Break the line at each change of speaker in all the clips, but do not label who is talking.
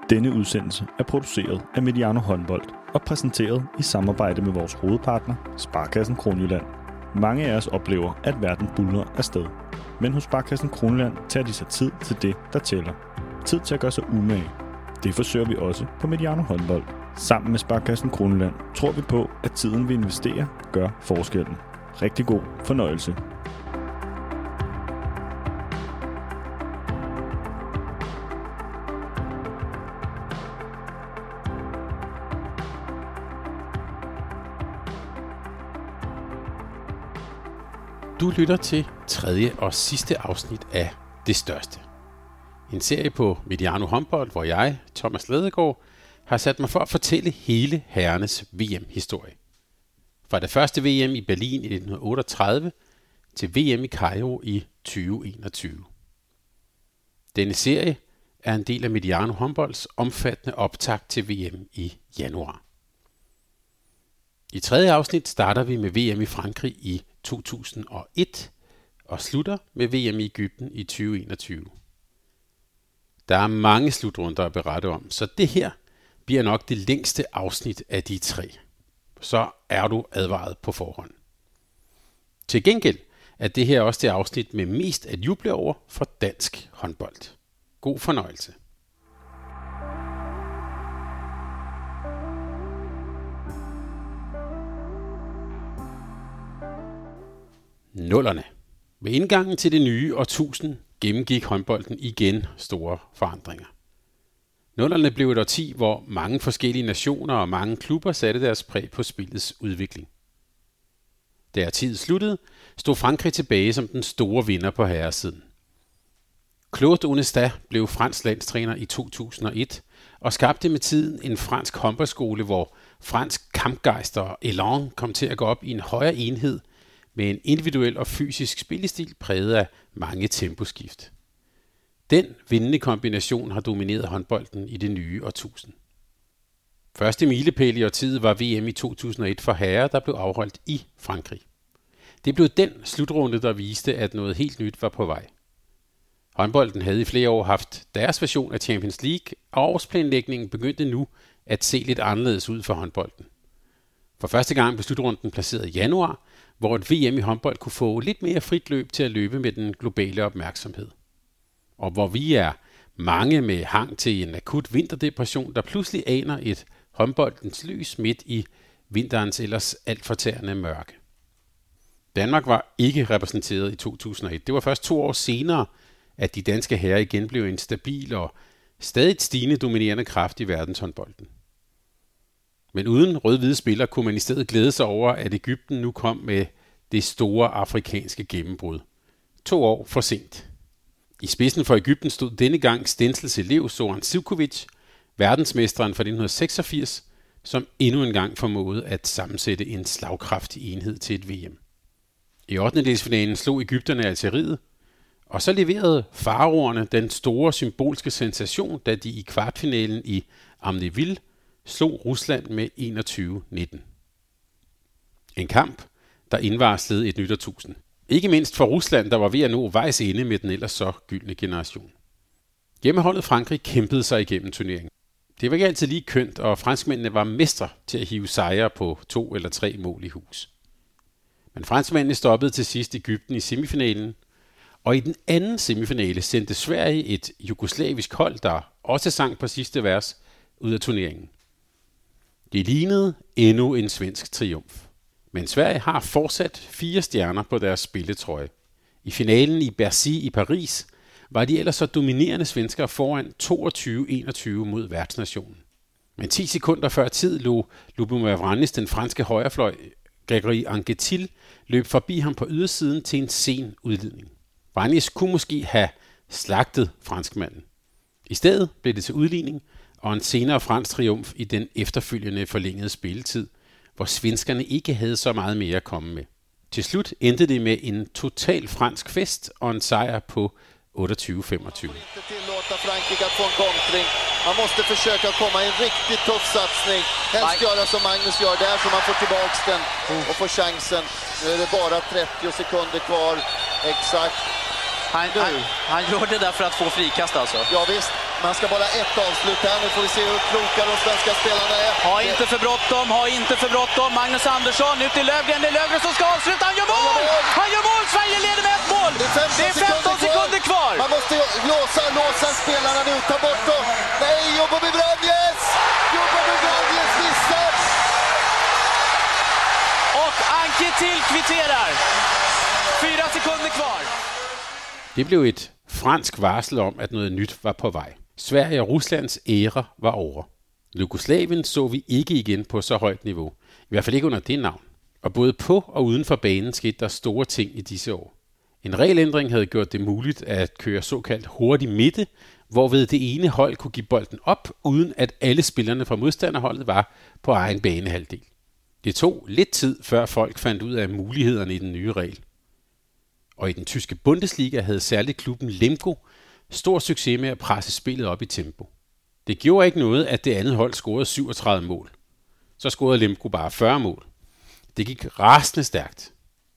Denne udsendelse er produceret af Mediano Håndbold og præsenteret i samarbejde med vores hovedpartner, Sparekassen Kronjylland. Mange af os oplever, at verden buldrer afsted. Men hos Sparekassen Kronjylland tager de sig tid til det, der tæller. Tid til at gøre sig umage. Det forsøger vi også på Mediano Håndbold. Sammen med Sparekassen Kronjylland tror vi på, at tiden vi investerer gør forskellen. Rigtig god fornøjelse.
Du lytter til tredje og sidste afsnit af Det Største. En serie på Mediano Håndbold, hvor jeg, Thomas Ladegaard, har sat mig for at fortælle hele herrenes VM-historie. Fra det første VM i Berlin i 1938 til VM i Kairo i 2021. Denne serie er en del af Mediano Håndbolds omfattende optakt til VM i januar. I tredje afsnit starter vi med VM i Frankrig i 2001 og slutter med VM i Egypten i 2021. Der er mange slutrunder at berette om, så det her bliver nok det længste afsnit af de tre. Så er du advaret på forhånd. Til gengæld er det her også det afsnit med mest at juble over for dansk håndbold. God fornøjelse. Nullerne. Ved indgangen til det nye årtusind gennemgik håndbolden igen store forandringer. Nullerne blev et årti, hvor mange forskellige nationer og mange klubber satte deres præg på spillets udvikling. Da årtiet sluttede, stod Frankrig tilbage som den store vinder på herresiden. Claude Onesta blev fransk landstræner i 2001 og skabte med tiden en fransk håndboldskole, hvor fransk kampgejst og elan kom til at gå op i en højere enhed med en individuel og fysisk spillestil præget af mange temposkift. Den vindende kombination har domineret håndbolden i det nye årtusind. Første milepæl i årtiet var VM i 2001 for herrer, der blev afholdt i Frankrig. Det blev den slutrunde, der viste, at noget helt nyt var på vej. Håndbolden havde i flere år haft deres version af Champions League, og årsplanlægningen begyndte nu at se lidt anderledes ud for håndbolden. For første gang blev slutrunden placeret i januar, hvor et VM i håndbold kunne få lidt mere frit løb til at løbe med den globale opmærksomhed. Og hvor vi er mange med hang til en akut vinterdepression, der pludselig aner et håndboldens lys midt i vinterens ellers alt fortærende mørke. Danmark var ikke repræsenteret i 2001. Det var først 2 år senere, at de danske herrer igen blev en stabil og stadig stigende dominerende kraft i verdenshåndbolden. Men uden rød-hvide spillere kunne man i stedet glæde sig over, at Egypten nu kom med det store afrikanske gennembrud. 2 år for sent. I spidsen for Egypten stod denne gang Stenzels elev Zoran Živković, verdensmesteren fra 1986, som endnu en gang formåede at sammensætte en slagkraftig enhed til et VM. I 8. slog Egypterne Algeriet, og så leverede faraoerne den store symbolske sensation, da de i kvartfinalen i Amnéville slog Rusland med 21-19. En kamp, der indvarslede et nyt årtusind. Ikke mindst for Rusland, der var ved at nå vejs ende med den ellers så gyldne generation. Hjemmeholdet Frankrig kæmpede sig igennem turneringen. Det var ikke altid lige kønt, og franskmændene var mestre til at hive sejre på 2 eller 3 mål i hus. Men franskmændene stoppede til sidst Egypten i semifinalen, og i den anden semifinale sendte Sverige et jugoslavisk hold, der også sang på sidste vers, ud af turneringen. Det lignede endnu en svensk triumf. Men Sverige har fortsat 4 stjerner på deres spilletrøje. I finalen i Bercy i Paris var de ellers så dominerende svenskere foran 22-21 mod værtsnationen. Men 10 sekunder før tid lå Lubomir Vranjes, den franske højrefløj, Gregory Anquetil, løb forbi ham på ydersiden til en sen udledning. Vranjes kunne måske have slagtet franskmanden. I stedet blev det til udligning og en senere fransk triumf i den efterfølgende forlængede spilletid, hvor svenskerne ikke havde så meget mere at komme med. Til slut endte det med en total fransk fest og en sejr på 28-25.
Man måste försöka komma i en riktigt tuff satsning. Helst göra som Magnus gör där så man får tillbaks den och får chansen. Nu är det bara 30 sekunder kvar. Exakt.
Han gör det där för att få frikast alltså?
Ja visst. Man ska bara ett avslut här. Nu får vi se hur kloka de svenska spelarna är.
Ha inte för bråttom. Magnus Andersson ut till Löfgren. Det är Löfgren som ska avsluta. Han gör mål! Han gör mål! Sverige leder med 1 mål! Det är 15 sekunder kvar!
Man måste låsa spelarna nu. Ta bort dem. Nej, Jobbo Bibranjes! Jobbo Bibranjes missar!
Och Anke till kvitterar. 4 sekunder kvar.
Det blev et fransk varsel om, at noget nyt var på vej. Sverige og Ruslands æra var over. Jugoslavien så vi ikke igen på så højt niveau. I hvert fald ikke under det navn. Og både på og uden for banen skete der store ting i disse år. En regelændring havde gjort det muligt at køre såkaldt hurtig midte, hvorved det ene hold kunne give bolden op, uden at alle spillerne fra modstanderholdet var på egen banehalvdel. Det tog lidt tid, før folk fandt ud af mulighederne i den nye regel. Og i den tyske Bundesliga havde særligt klubben Lemgo stor succes med at presse spillet op i tempo. Det gjorde ikke noget, at det andet hold scorede 37 mål. Så scorede Lemgo bare 40 mål. Det gik rasende stærkt.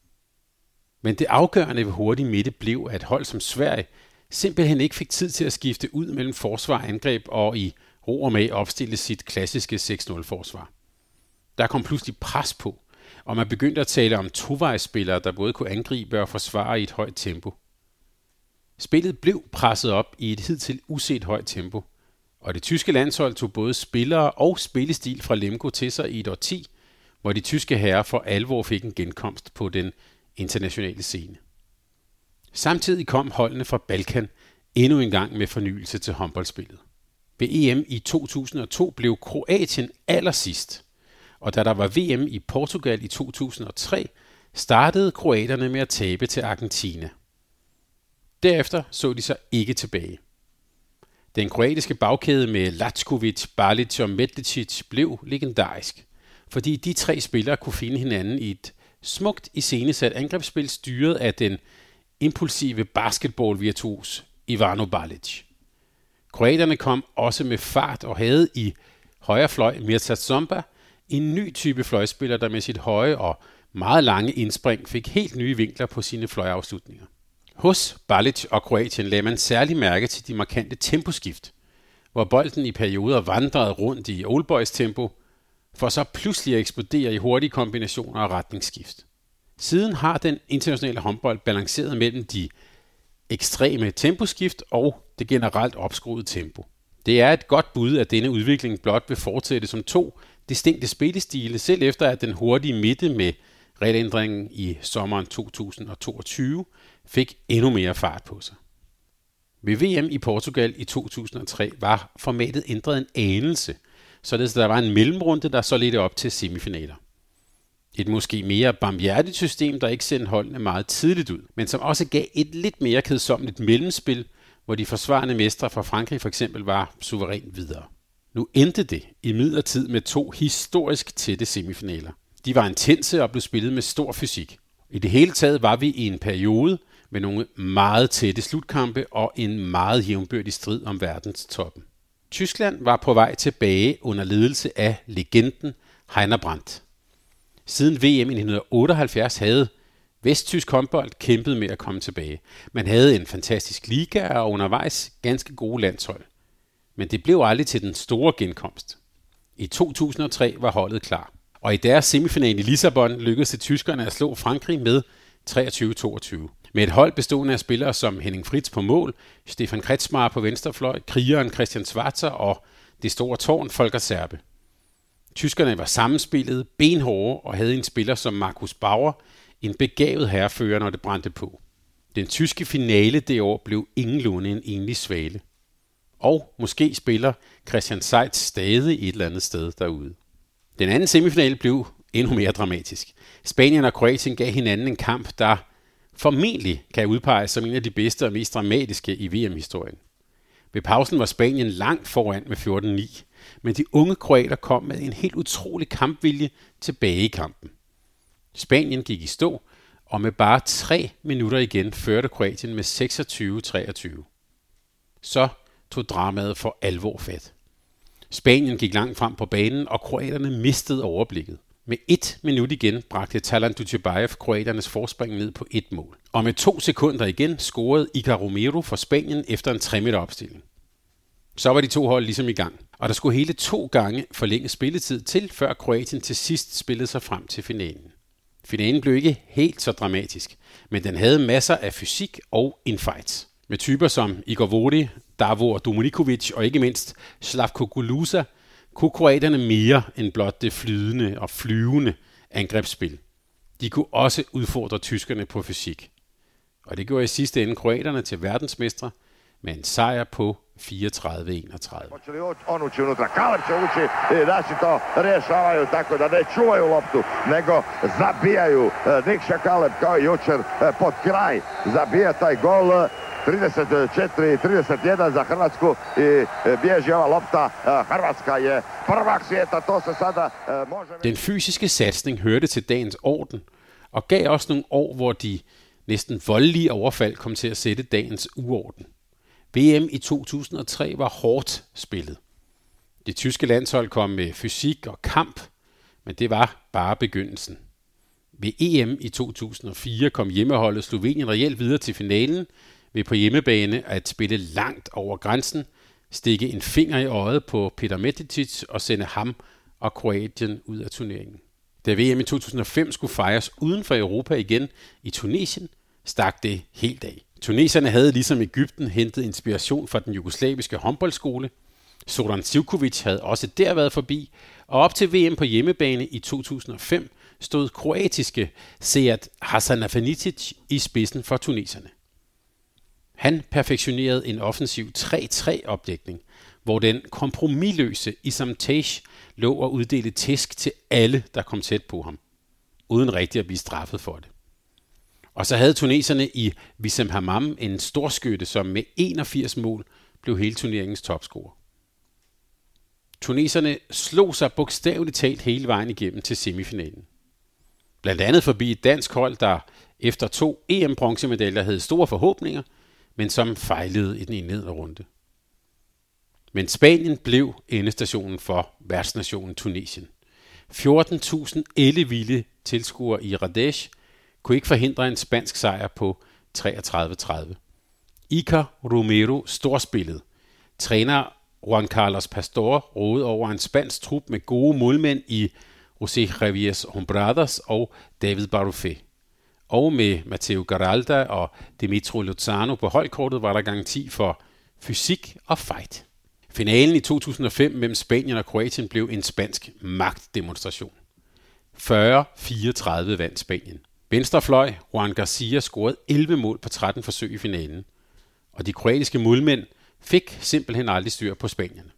Men det afgørende ved hurtig midte blev, at hold som Sverige simpelthen ikke fik tid til at skifte ud mellem forsvar og angreb og i ro og mag opstille sit klassiske 6-0-forsvar. Der kom pludselig pres på, og man begyndte at tale om tovejsspillere, der både kunne angribe og forsvare i et højt tempo. Spillet blev presset op i et hidtil uset højt tempo, og det tyske landshold tog både spillere og spillestil fra Lemgo til sig i et årti, hvor de tyske herrer for alvor fik en genkomst på den internationale scene. Samtidig kom holdene fra Balkan endnu en gang med fornyelse til håndboldspillet. Ved EM i 2002 blev Kroatien allersidst, og da der var VM i Portugal i 2003, startede kroaterne med at tabe til Argentina. Derefter så de sig ikke tilbage. Den kroatiske bagkæde med Lackovic, Balic og Medlicic blev legendarisk, fordi de 3 spillere kunne finde hinanden i et smukt iscenesat angrebsspil styret af den impulsive basketballvirtuos Ivano Balic. Kroaterne kom også med fart og havde i højre fløj Mirza Zomba, en ny type fløjspiller, der med sit høje og meget lange indspring fik helt nye vinkler på sine fløjafslutninger. Hos Balic og Kroatien lagde man særlig mærke til de markante temposkift, hvor bolden i perioder vandrede rundt i oldboys tempo, for så pludselig at eksplodere i hurtige kombinationer og retningsskift. Siden har den internationale håndbold balanceret mellem de ekstreme temposkift og det generelt opskruede tempo. Det er et godt bud, at denne udvikling blot vil fortsætte som 2 distinkte spillestile, selv efter at den hurtige midte med regelændringen i sommeren 2022 fik endnu mere fart på sig. Ved VM i Portugal i 2003 var formatet ændret en anelse, således der var en mellemrunde, der så ledte op til semifinaler. Et måske mere barmhjertigt system, der ikke sendte holdene meget tidligt ud, men som også gav et lidt mere kedsommeligt mellemspil, hvor de forsvarende mestre fra Frankrig for eksempel var suverænt videre. Nu endte det imidlertid med 2 historisk tætte semifinaler. De var intense og blev spillet med stor fysik. I det hele taget var vi i en periode med nogle meget tætte slutkampe og en meget jævnbyrdig strid om verdenstoppen. Tyskland var på vej tilbage under ledelse af legenden Heiner Brandt. Siden VM i 1978 havde vesttysk håndbold kæmpet med at komme tilbage. Man havde en fantastisk liga og undervejs ganske gode landshold. Men det blev aldrig til den store genkomst. I 2003 var holdet klar. Og i deres semifinale i Lissabon lykkedes det tyskerne at slå Frankrig med 23-22. Med et hold bestående af spillere som Henning Fritz på mål, Stefan Kretzmar på venstrefløj, krigeren Christian Schwarzer og det store tårn Volker Serbe. Tyskerne var sammenspillede, benhårde og havde en spiller som Markus Bauer, en begavet herrefører, når det brændte på. Den tyske finale det år blev ingenlunde en enlig svale. Og måske spiller Christian Seitz stadig et eller andet sted derude. Den anden semifinale blev endnu mere dramatisk. Spanien og Kroatien gav hinanden en kamp, der formentlig kan udpeges som en af de bedste og mest dramatiske i VM-historien. Ved pausen var Spanien langt foran med 14-9, men de unge kroater kom med en helt utrolig kampvilje tilbage i kampen. Spanien gik i stå, og med bare 3 minutter igen førte Kroatien med 26-23. Så tog dramaet for alvor fat. Spanien gik langt frem på banen, og kroaterne mistede overblikket. Med 1 minut igen bragte Talan Dujshebaev kroaternes forspring ned på 1 mål. Og med 2 sekunder igen scorede Iker Romero for Spanien efter en 3-meter opstilling. Så var de to hold ligesom i gang, og der skulle hele 2 gange forlænge spilletid til, før Kroatien til sidst spillede sig frem til finalen. Finalen blev ikke helt så dramatisk, men den havde masser af fysik og infights. Med typer som Igor Vodi, Davor Domunikovic og ikke mindst Slavko Goluza, kunne kroaterne mere end blot det flydende og flyvende angrebsspil. De kunne også udfordre tyskerne på fysik. Og det gjorde i sidste ende kroaterne til verdensmestre med en sejr på 34-31.
On uči unutra, Kalepče uči i naši to rješavaju tako da ne čuvaju loptu, nego zabijaju. Nikša Kalep kao i jučer pod kraj zabija taj gol. 34-31 za Hrvatsku i bježi ova lopta. Hrvatska je prvak svijeta, to se sada može...
Den fysiske satsning hørte til dagens orden og gav også nogle år, hvor de næsten voldelige overfald kom til at sætte dagens uorden. VM i 2003 var hårdt spillet. Det tyske landshold kom med fysik og kamp, men det var bare begyndelsen. Ved EM i 2004 kom hjemmeholdet Slovenien reelt videre til finalen ved på hjemmebane at spille langt over grænsen, stikke en finger i øjet på Petar Metičić og sende ham og Kroatien ud af turneringen. Da VM i 2005 skulle fejres uden for Europa igen i Tunesien, stak det helt af. Tuneserne havde ligesom Egypten hentet inspiration fra den jugoslaviske håndboldskole. Zoran Živković havde også der været forbi, og op til VM på hjemmebane i 2005 stod kroatiske Sead Hasanafiničić i spidsen for tuneserne. Han perfektionerede en offensiv 3-3-opdækning, hvor den kompromisløse Isam Tej lå og uddelte tæsk til alle, der kom tæt på ham, uden rigtig at blive straffet for det. Og så havde tuneserne i Wissam Hamam en storskytte, som med 81 mål blev hele turneringens topscorer. Tuneserne slog sig bogstaveligt talt hele vejen igennem til semifinalen. Blandt andet forbi et dansk hold, der efter 2 EM-bronzemedaljer havde store forhåbninger, men som fejlede i den indledende runde. Men Spanien blev endestationen for værtsnationen Tunesien. 14.000 ellevilde tilskuere i Radej kunne ikke forhindre en spansk sejr på 33-30. Iker Romero storspillede. Træner Juan Carlos Pastor rådede over en spansk trup med gode målmænd i José Javier Hombradas og David Barrufet. Og med Matteo Garalda og Dimitro Lozano på holdkortet var der garanti for fysik og fight. Finalen i 2005 mellem Spanien og Kroatien blev en spansk magtdemonstration. 40-34 vandt Spanien. Venstrefløj Juan Garcia scorede 11 mål på 13 forsøg i finalen, og de kroatiske målmænd fik simpelthen aldrig styr på Spanien.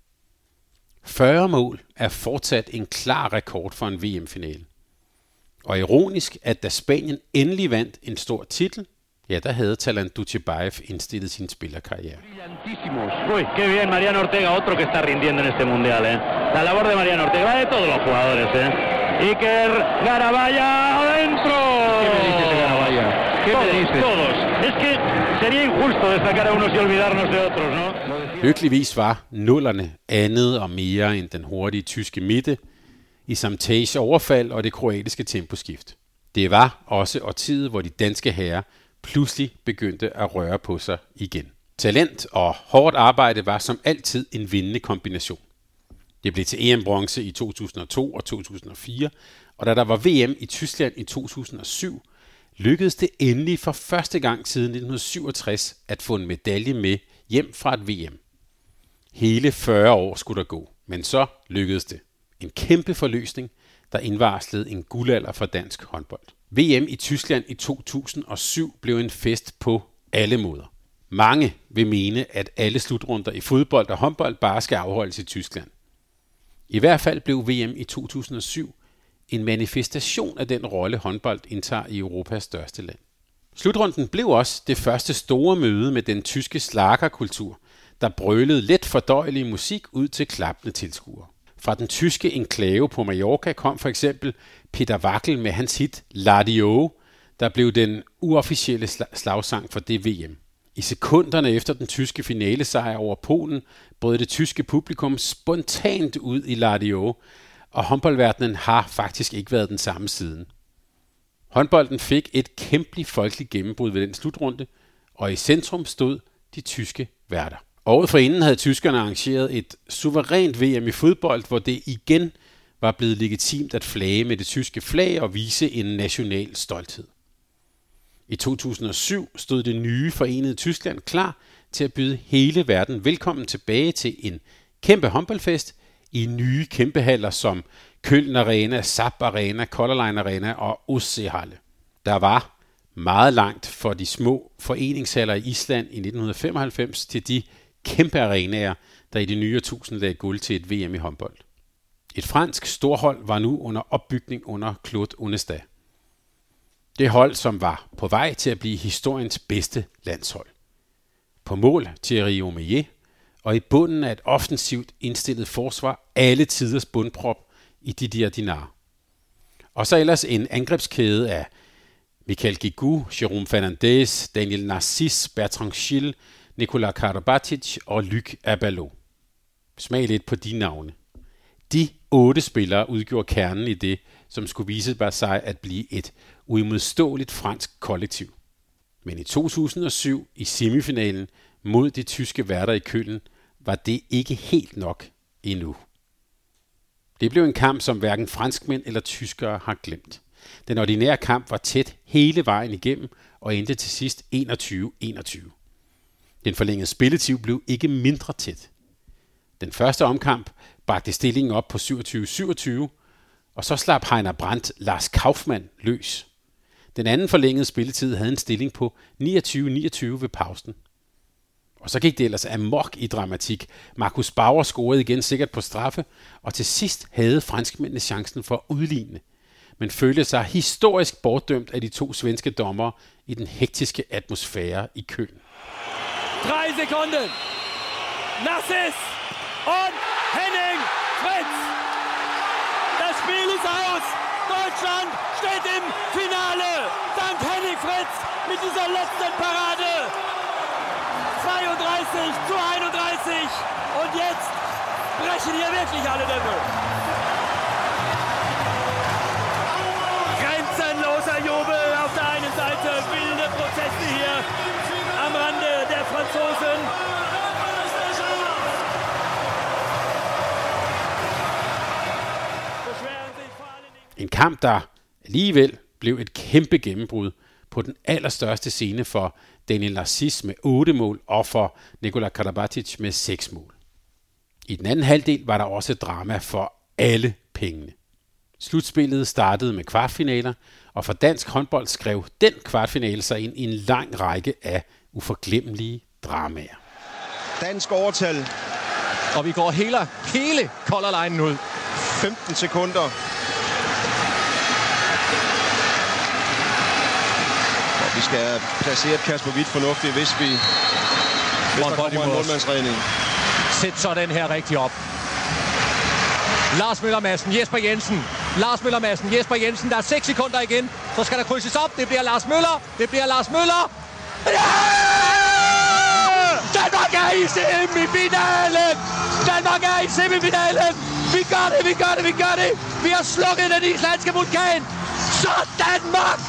40 mål er fortsat en klar rekord for en VM-finale. Og ironisk, at da Spanien endelig vandt en stor titel, ja, der havde Talant Dutjebaev indstillet sin spillerkarriere.
Uy, qué bien Mariano Ortega, otro que está rindiendo en este mundial, La labor de Mariano Ortega, la de todos los jugadores, Iker Garabaya adentro.
¿Qué me dices de Garabaya? ¿Qué me dices?
Todos. Es que sería injusto destacar a unos y olvidarnos de otros, ¿no?
Lykkeligvis var nullerne andet og mere end den hurtige tyske midte, Isam Tejs overfald og det kroatiske temposkift. Det var også årtiet, hvor de danske herrer pludselig begyndte at røre på sig igen. Talent og hårdt arbejde var som altid en vindende kombination. Det blev til EM-bronze i 2002 og 2004, og da der var VM i Tyskland i 2007, lykkedes det endelig for første gang siden 1967 at få en medalje med hjem fra et VM. Hele 40 år skulle der gå, men så lykkedes det. En kæmpe forløsning, der indvarslede en guldalder for dansk håndbold. VM i Tyskland i 2007 blev en fest på alle måder. Mange vil mene, at alle slutrunder i fodbold og håndbold bare skal afholdes i Tyskland. I hvert fald blev VM i 2007 en manifestation af den rolle håndbold indtager i Europas største land. Slutrunden blev også det første store møde med den tyske slagerkultur, der brølede let fordøjelig musik ud til klappende tilskuere. Fra den tyske enklave på Mallorca kom for eksempel Peter Wackel med hans hit Ladio, der blev den uofficielle slagsang for det VM. I sekunderne efter den tyske finalesejr over Polen brød det tyske publikum spontant ud i Ladio, og håndboldverdenen har faktisk ikke været den samme siden. Håndbolden fik et kæmpeligt folkeligt gennembrud ved den slutrunde, og i centrum stod de tyske værter. Året forinden havde tyskerne arrangeret et suverænt VM i fodbold, hvor det igen var blevet legitimt at flage med det tyske flag og vise en national stolthed. I 2007 stod det nye forenede Tyskland klar til at byde hele verden velkommen tilbage til en kæmpe håndboldfest i nye kæmpehaller som Köln Arena, SAP Arena, Color Line Arena og Ostseehalle. Der var meget langt for de små foreningshaller i Island i 1995 til de kæmpe arenaer, der i det nye årtusind lagde guld til et VM i håndbold. Et fransk storhold var nu under opbygning under Claude Onesta. Det hold, som var på vej til at blive historiens bedste landshold. På mål Thierry Omeyer, og i bunden af et offensivt indstillet forsvar alle tiders bundprop i Didier Dinard. Og så ellers en angrebskæde af Michael Guigou, Jérôme Fernandez, Daniel Narcisse, Bertrand Schill, Nicolas Karabatic og Luc Abalo. Smag lidt på de navne. De 8 spillere udgjorde kernen i det, som skulle vise sig at blive et uimodståeligt fransk kollektiv. Men i 2007 i semifinalen mod de tyske værter i Köln var det ikke helt nok endnu. Det blev en kamp, som hverken franskmænd eller tyskere har glemt. Den ordinære kamp var tæt hele vejen igennem og endte til sidst 21-21. Den forlængede spilletid blev ikke mindre tæt. Den første omkamp bragte stillingen op på 27-27, og så slap Heiner Brandt Lars Kaufmann løs. Den anden forlængede spilletid havde en stilling på 29-29 ved pausen. Og så gik det ellers amok i dramatik. Markus Bauer scorede igen sikkert på straffe, og til sidst havde franskmændene chancen for at udligne, men følte sig historisk bortdømt af de 2 svenske dommere i den hektiske atmosfære i Köln.
3 Sekunden. Narcisse und Henning Fritz. Das Spiel ist aus. Deutschland steht im Finale. Dank Henning Fritz mit dieser letzten Parade. 32-31. Und jetzt brechen hier wirklich alle Dämme. Grenzenloser Jubel auf der einen Seite. Wilde Proteste hier am Rande der Franzosen.
En kamp, der alligevel blev et kæmpe gennembrud på den allerstørste scene for Daniel Narcisse med 8 mål og for Nicolas Karabatic med 6 mål. I den anden halvdel var der også drama for alle pengene. Slutspillet startede med kvartfinaler, og for dansk håndbold skrev den kvartfinale sig ind i en lang række af uforglemmelige dramaer.
Dansk overtal, og vi går hele Color Line ud. 15 sekunder. Og vi skal placere Kasper Hvidt fornuftigt, hvis der kommer en målmandsredning.
Sæt så den her rigtig op. Lars Møller Madsen, Jesper Jensen. Lars Møller Madsen, Jesper Jensen. Der er 6 sekunder igen. Så skal der krydses op. Det bliver Lars Møller. Ja! Danmark er i semifinalen! Danmark er i semifinalen! Vi gør det! Vi har slukket den islandske vulkan! Så Danmark!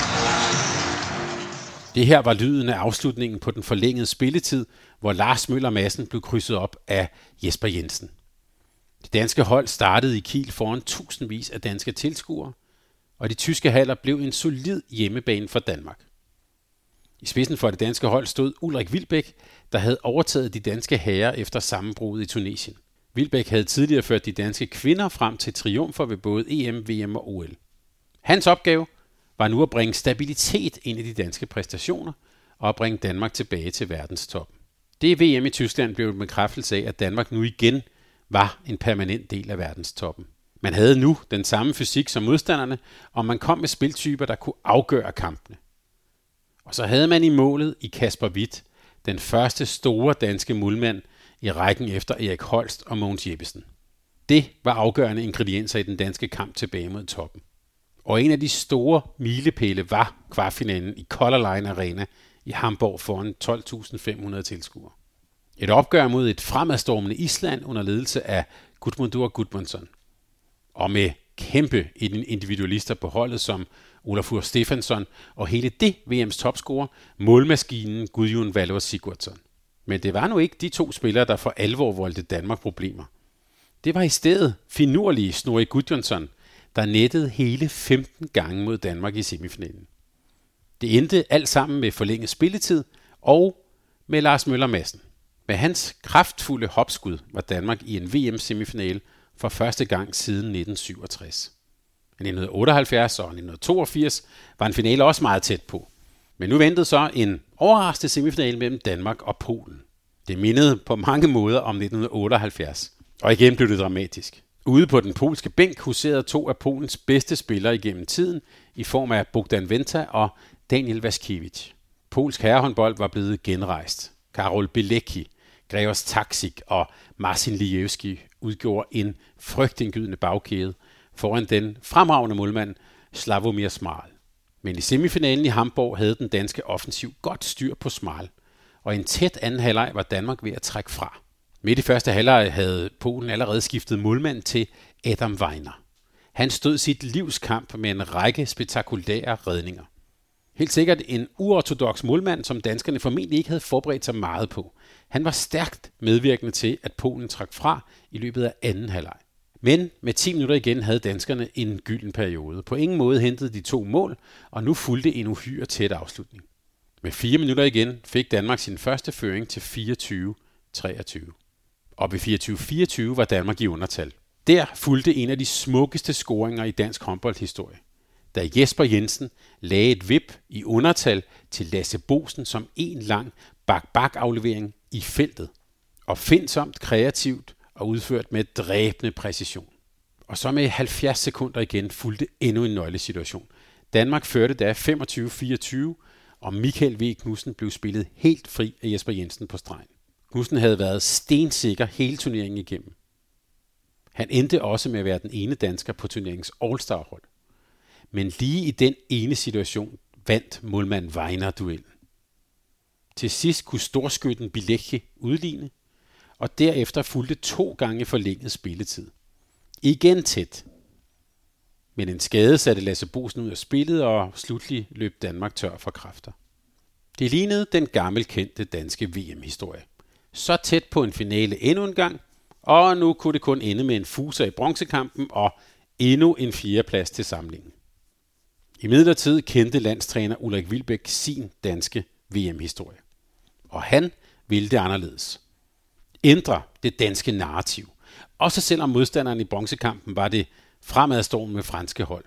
Det her var lyden af afslutningen på den forlængede spilletid, hvor Lars Møller Madsen blev krydset op af Jesper Jensen. Det danske hold startede i Kiel foran tusindvis af danske tilskuere, og de tyske haller blev en solid hjemmebane for Danmark. I spidsen for det danske hold stod Ulrik Wilbek, der havde overtaget de danske herrer efter sammenbruddet i Tunesien. Wilbek havde tidligere ført de danske kvinder frem til triumfer ved både EM, VM og OL. Hans opgave var nu at bringe stabilitet ind i de danske præstationer og at bringe Danmark tilbage til verdenstoppen. Det VM i Tyskland blev en bekræftelse af, at Danmark nu igen var en permanent del af verdenstoppen. Man havde nu den samme fysik som modstanderne, og man kom med spiltyper, der kunne afgøre kampene. Og så havde man i målet i Kasper Hvidt, den første store danske målmand i rækken efter Erik Holst og Mogens Jeppesen. Det var afgørende ingredienser i den danske kamp tilbage mod toppen. Og en af de store milepæle var kvartfinalen i Color Line Arena i Hamburg foran 12.500 tilskuere. Et opgør mod et fremadstormende Island under ledelse af Gudmundur Gudmundsson. Og med kæmpe individualister på holdet som Olafur Stefansson og hele det VM's topscorer, målmaskinen Gudjon Valur Sigurdsson. Men det var nu ikke de 2 spillere, der for alvor voldte Danmark problemer. Det var i stedet finurlige Snorri Gudjonsson, der nettede hele 15 gange mod Danmark i semifinalen. Det endte alt sammen med forlænget spilletid og med Lars Møller Madsen. Med hans kraftfulde hopskud var Danmark i en VM-semifinale for første gang siden 1967. I 1978 og 1982 var en finale også meget tæt på. Men nu ventede så en overraskende semifinale mellem Danmark og Polen. Det mindede på mange måder om 1978, og igen blev det dramatisk. Ude på den polske bænk huserede 2 af Polens bedste spillere igennem tiden i form af Bogdan Wenta og Daniel Waśkiewicz. Polsk herrehåndbold var blevet genrejst. Karol Bilecki, Grzegorz Taksik og Marcin Lijewski udgjorde en frygtindgydende bagkæde foran den fremragende målmand Sławomir Szmal. Men i semifinalen i Hamburg havde den danske offensiv godt styr på Szmal, og i en tæt anden halvleg var Danmark ved at trække fra. Midt i første halvleg havde Polen allerede skiftet målmand til Adam Weiner. Han stod sit livs kamp med en række spektakulære redninger. Helt sikkert en uortodoks målmand, som danskerne formentlig ikke havde forberedt sig meget på. Han var stærkt medvirkende til, at Polen trak fra i løbet af anden halvleg. Men med 10 minutter igen havde danskerne en gylden periode. På ingen måde hentede de 2 mål, og nu fulgte en uhyre tæt afslutning. Med 4 minutter igen fik Danmark sin første føring til 24-23. Og ved 24-24 var Danmark i undertal. Der fulgte en af de smukkeste scoringer i dansk håndboldhistorie, da Jesper Jensen lagde et vip i undertal til Lasse Boesen som en lang bak-bak-aflevering i feltet. Opfindsomt, kreativt og udført med dræbende præcision. Og så med 70 sekunder igen fulgte endnu en nøglesituation. Danmark førte da 25-24, og Michael V. Knudsen blev spillet helt fri af Jesper Jensen på stregen. Knudsen havde været stensikker hele turneringen igennem. Han endte også med at være den ene dansker på turneringens All-Star-hold. Men lige i den ene situation vandt målmand Weiner duellen. Til sidst kunne storskytten Bilecki udligne, og derefter fulgte 2 gange forlænget spilletid. Igen tæt. Men en skade satte Lasse Boesen ud af spillet, og slutlig løb Danmark tør for kræfter. Det lignede den gammelkendte danske VM-historie. Så tæt på en finale endnu en gang, og nu kunne det kun ende med en fuser i bronzekampen og endnu en 4. plads til samlingen. I midlertid kendte landstræner Ulrik Wilbek sin danske VM-historie. Og han ville det anderledes. Ændre det danske narrativ. Også selvom modstanderen i bronzekampen var det fremadstormende franske hold.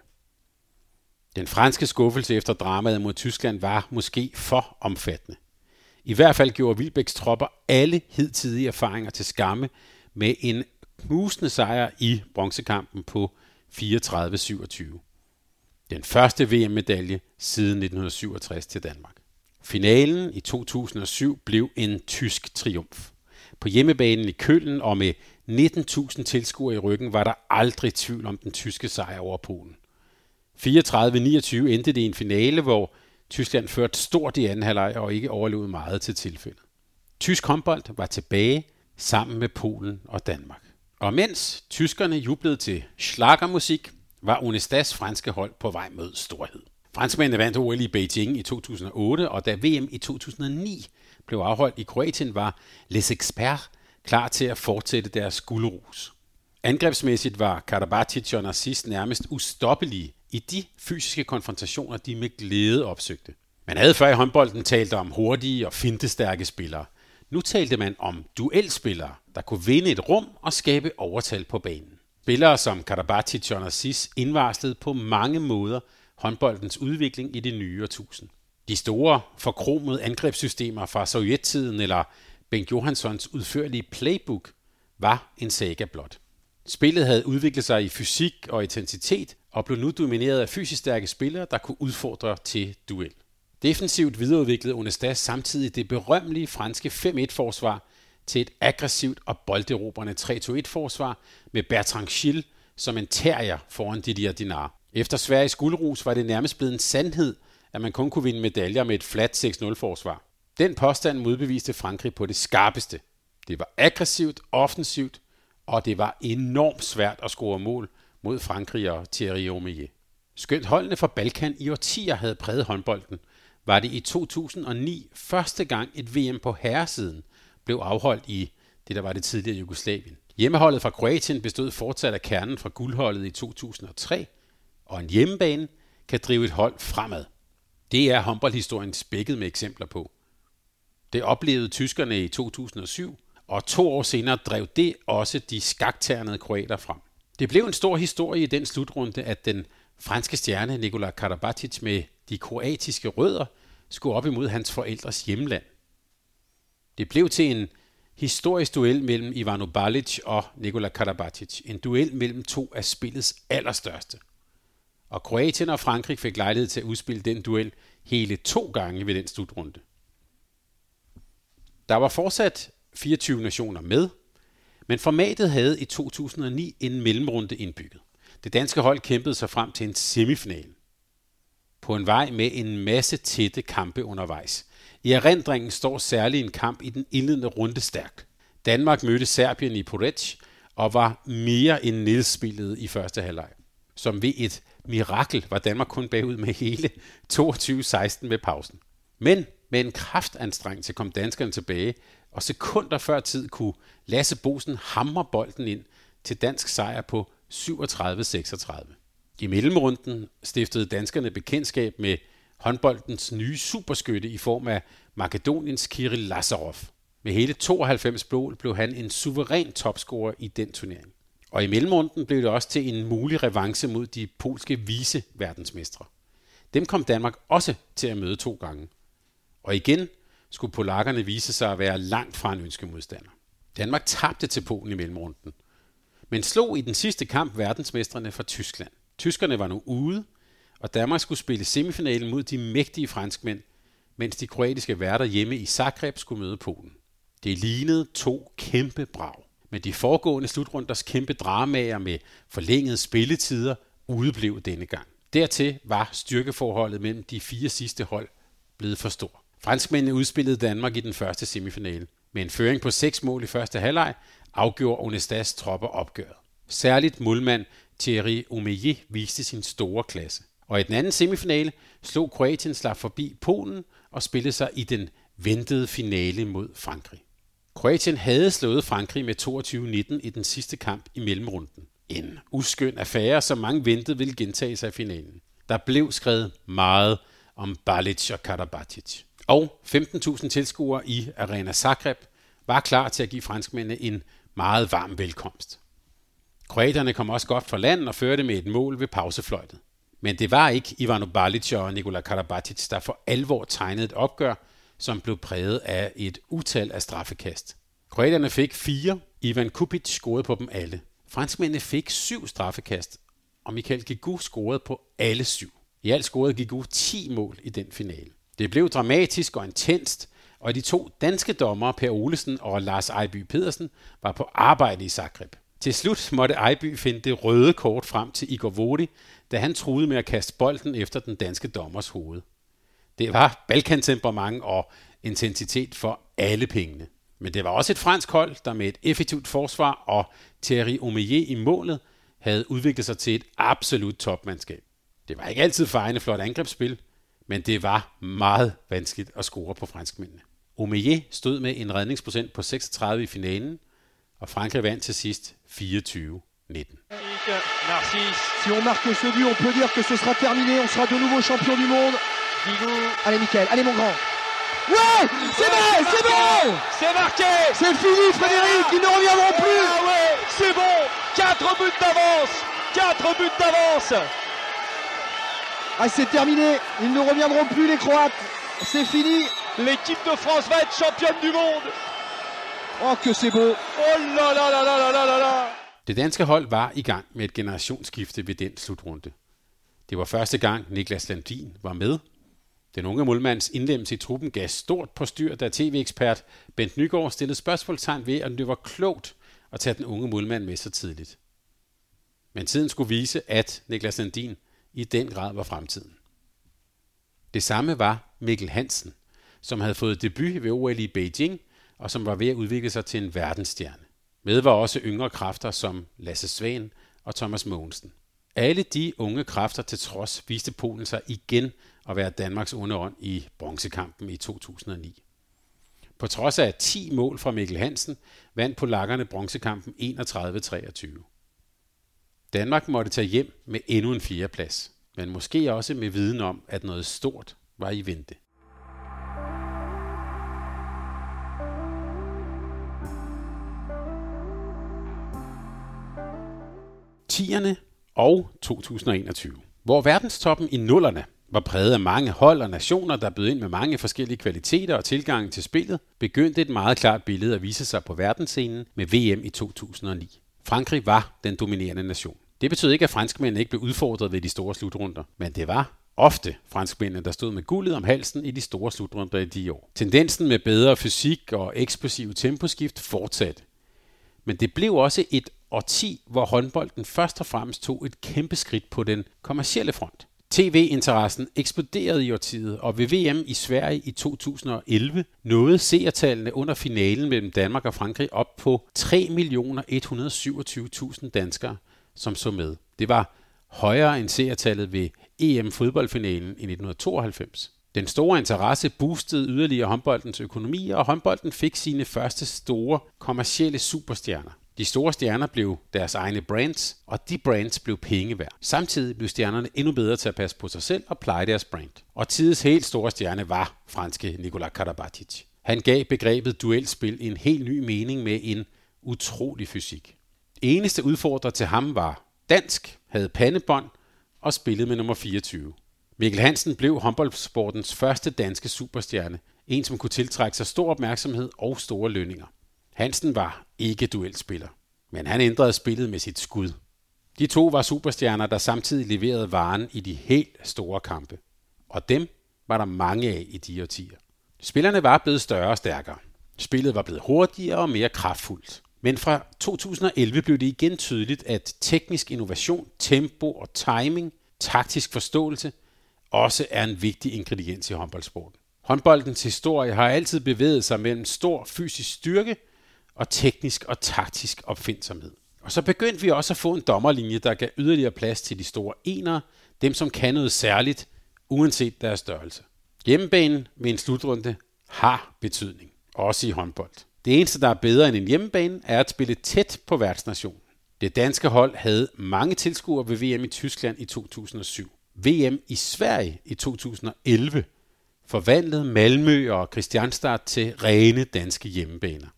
Den franske skuffelse efter dramaet mod Tyskland var måske for omfattende. I hvert fald gjorde Wilbeks tropper alle hidtidige erfaringer til skamme med en knusende sejr i bronzekampen på 34-27. Den første VM-medalje siden 1967 til Danmark. Finalen i 2007 blev en tysk triumf. På hjemmebanen i Köln og med 19.000 tilskuere i ryggen var der aldrig tvivl om den tyske sejr over Polen. 34-29 endte det i en finale, hvor Tyskland førte stort i anden halvleg og ikke overlevede meget til tilfældet. Tysk håndbold var tilbage sammen med Polen og Danmark. Og mens tyskerne jublede til schlagermusik, var Onestas franske hold på vej mod storhed. Franskmændene vandt OL i Beijing i 2008, og da VM i 2009 blev afholdt i Kroatien, var Les Experts klar til at fortsætte deres guldrus. Angrebsmæssigt var Karabatic og Narcis nærmest ustoppelige i de fysiske konfrontationer, de med glæde opsøgte. Man havde før i håndbolden talt om hurtige og fintestærke spillere. Nu talte man om duelspillere, der kunne vinde et rum og skabe overtal på banen. Spillere som Karabatic og Narcis indvarslede på mange måder håndboldens udvikling i det nye årtusind. De store, forkromede angrebssystemer fra sovjettiden eller Bengt Johanssons udførlige playbook var en saga blot. Spillet havde udviklet sig i fysik og intensitet og blev nu domineret af fysisk stærke spillere, der kunne udfordre til duel. Defensivt videreudviklede Onestas samtidig det berømmelige franske 5-1-forsvar til et aggressivt og bolderobrende 3-2-1-forsvar med Bertrand Schill som en terrier foran Didier Dinard. Efter Sveriges guldrus var det nærmest blevet en sandhed, at man kun kunne vinde medaljer med et fladt 6-0-forsvar. Den påstand modbeviste Frankrig på det skarpeste. Det var aggressivt, offensivt, og det var enormt svært at score mål mod Frankrig og Thierry Omeyer. Skønt holdene fra Balkan i årtier havde præget håndbolden, var det i 2009 første gang et VM på herresiden, blev afholdt i det, der var det tidligere Jugoslavien. Hjemmeholdet fra Kroatien bestod fortsat af kernen fra guldholdet i 2003, og en hjemmebane kan drive et hold fremad. Det er håndboldhistorien spækket med eksempler på. Det oplevede tyskerne i 2007, og 2 år senere drev det også de skakternede kroater frem. Det blev en stor historie i den slutrunde, at den franske stjerne Nikola Karabatic med de kroatiske rødder skulle op imod hans forældres hjemland. Det blev til en historisk duel mellem Ivano Balic og Nikola Karabatic. En duel mellem 2 af spillets allerstørste. Og Kroatien og Frankrig fik lejlighed til at udspille den duel hele 2 gange ved den slutrunde. Der var fortsat 24 nationer med, men formatet havde i 2009 en mellemrunde indbygget. Det danske hold kæmpede sig frem til en semifinal. På en vej med en masse tætte kampe undervejs. I erindringen står særlig en kamp i den indledende runde stærkt. Danmark mødte Serbien i Poreč og var mere end nedspillet i første halvleg. Som ved et mirakel var Danmark kun bagud med hele 22-16 ved pausen. Men med en kraftanstrengelse kom danskerne tilbage, og sekunder før tid kunne Lasse Boesen hamre bolden ind til dansk sejr på 37-36. I mellemrunden stiftede danskerne bekendtskab med håndboldens nye superskytte i form af Makedoniens Kiril Lazarov. Med hele 92 mål blev han en suveræn topscorer i den turnering. Og i mellemrunden blev det også til en mulig revanche mod de polske vice-verdensmestre. Dem kom Danmark også til at møde 2 gange. Og igen skulle polakkerne vise sig at være langt fra en ønskemodstander. Danmark tabte til Polen i mellemrunden, men slog i den sidste kamp verdensmestrene fra Tyskland. Tyskerne var nu ude, og Danmark skulle spille semifinalen mod de mægtige franskmænd, mens de kroatiske værter hjemme i Zagreb skulle møde Polen. Det lignede 2 kæmpe brag, men de foregående slutrunders kæmpe dramaer med forlængede spilletider udeblev denne gang. Dertil var styrkeforholdet mellem de 4 sidste hold blevet for stor. Franskmændene udspillede Danmark i den første semifinale. Med en føring på 6 mål i første halvleg afgjorde Onestas tropper opgøret. Særligt målmand Thierry Omeyer viste sin store klasse. Og i den anden semifinale slog Kroatien slag forbi Polen og spillede sig i den ventede finale mod Frankrig. Kroatien havde slået Frankrig med 22-19 i den sidste kamp i mellemrunden. En uskøn affære, som mange ventede ville gentage sig i finalen. Der blev skrevet meget om Balic og Karabatic. Og 15.000 tilskuere i Arena Zagreb var klar til at give franskmændene en meget varm velkomst. Kroaterne kom også godt fra land og førte med et mål ved pausefløjtet. Men det var ikke Ivano Balic og Nikola Karabatic, der for alvor tegnede et opgør, som blev præget af et utal af straffekast. Kroaterne fik 4, Ivan Kupic scorede på dem alle. Franskmændene fik 7 straffekast, og Michael Guigou scorede på alle 7. I alt scorede Guigou 10 mål i den finale. Det blev dramatisk og intenst, og de 2 danske dommere, Per Olesen og Lars Ejby Pedersen, var på arbejde i Zagreb. Til slut måtte Ejby finde det røde kort frem til Igor Vodi, da han truede med at kaste bolden efter den danske dommers hoved. Det var balkantemperament og intensitet for alle pengene. Men det var også et fransk hold, der med et effektivt forsvar og Thierry Omeyer i målet havde udviklet sig til et absolut topmandskab. Det var ikke altid fejrende flot angrebsspil, men det var meget vanskeligt at score på franskmændene. Omeyer stod med en redningsprocent på 36 i finalen, og Frankrig vandt til sidst 24-19.
Si on marque ce but, on peut dire que ce sera terminé, on sera de nouveau champion du monde. Allez Michael, allez mon grand. Ouais, c'est bon, c'est bon.
C'est marqué.
C'est fini Frédéric, ils ne reviendront plus.
Ah ouais, c'est bon. 4 buts d'avance. 4 buts d'avance.
Ah, c'est terminé, ils ne reviendront plus les Croates. C'est fini.
L'équipe de France va être championne du monde.
Oh, que c'est beau.
Oh là là là là là là là.
Det danske hold var i gang med et generationsskifte ved den slutrunde. Det var første gang Niklas Landin var med. Den unge målmands indlemmelse i truppen gav stort postyr, da tv-ekspert Bent Nygaard stillede spørgsmålstegn ved, at det var klogt at tage den unge målmand med så tidligt. Men tiden skulle vise, at Niklas Landin i den grad var fremtiden. Det samme var Mikkel Hansen, som havde fået debut ved OL i Beijing, og som var ved at udvikle sig til en verdensstjerne. Med var også yngre kræfter som Lasse Svane og Thomas Mogensen. Alle de unge kræfter til trods viste Polen sig igen at være Danmarks underånd i bronzekampen i 2009. På trods af 10 mål fra Mikkel Hansen, vandt polakkerne bronzekampen 31-23. Danmark måtte tage hjem med endnu en 4. plads, men måske også med viden om, at noget stort var i vente. Tierne og 2021, hvor verdenstoppen i nullerne var præget af mange hold og nationer, der bød ind med mange forskellige kvaliteter og tilgange til spillet, begyndte et meget klart billede at vise sig på verdensscenen med VM i 2009. Frankrig var den dominerende nation. Det betød ikke, at franskmændene ikke blev udfordret ved de store slutrunder, men det var ofte franskmændene, der stod med guldet om halsen i de store slutrunder i de år. Tendensen med bedre fysik og eksplosiv temposkift fortsatte. Men det blev også et årti, hvor håndbolden først og fremmest tog et kæmpe skridt på den kommercielle front. TV-interessen eksploderede i årtiet, og ved VM i Sverige i 2011 nåede seertallene under finalen mellem Danmark og Frankrig op på 3.127.000 danskere, som så med. Det var højere end seertallet ved EM-fodboldfinalen i 1992. Den store interesse boostede yderligere håndboldens økonomi, og håndbolden fik sine første store kommercielle superstjerner. De store stjerner blev deres egne brands, og de brands blev penge værd. Samtidig blev stjernerne endnu bedre til at passe på sig selv og pleje deres brand. Og tidens helt store stjerne var franske Nicolas Karabatic. Han gav begrebet duelspil en helt ny mening med en utrolig fysik. Eneste udfordrer til ham var dansk, havde pandebånd og spillede med nummer 24. Mikkel Hansen blev håndboldsportens første danske superstjerne, en som kunne tiltrække sig stor opmærksomhed og store lønninger. Hansen var ikke duelspiller, men han ændrede spillet med sit skud. De to var superstjerner, der samtidig leverede varen i de helt store kampe. Og dem var der mange af i de årtier. Spillerne var blevet større og stærkere. Spillet var blevet hurtigere og mere kraftfuldt. Men fra 2011 blev det igen tydeligt, at teknisk innovation, tempo og timing, taktisk forståelse, også er en vigtig ingrediens i håndboldsporten. Håndboldens historie har altid bevæget sig mellem stor fysisk styrke og teknisk og taktisk opfindsomhed. Og så begyndte vi også at få en dommerlinje, der gav yderligere plads til de store enere, dem som kan noget særligt, uanset deres størrelse. Hjemmebanen med en slutrunde har betydning, også i håndbold. Det eneste, der er bedre end en hjemmebane, er at spille tæt på værtsnationen. Det danske hold havde mange tilskuere ved VM i Tyskland i 2007. VM i Sverige i 2011 forvandlede Malmø og Kristianstad til rene danske hjemmebaner.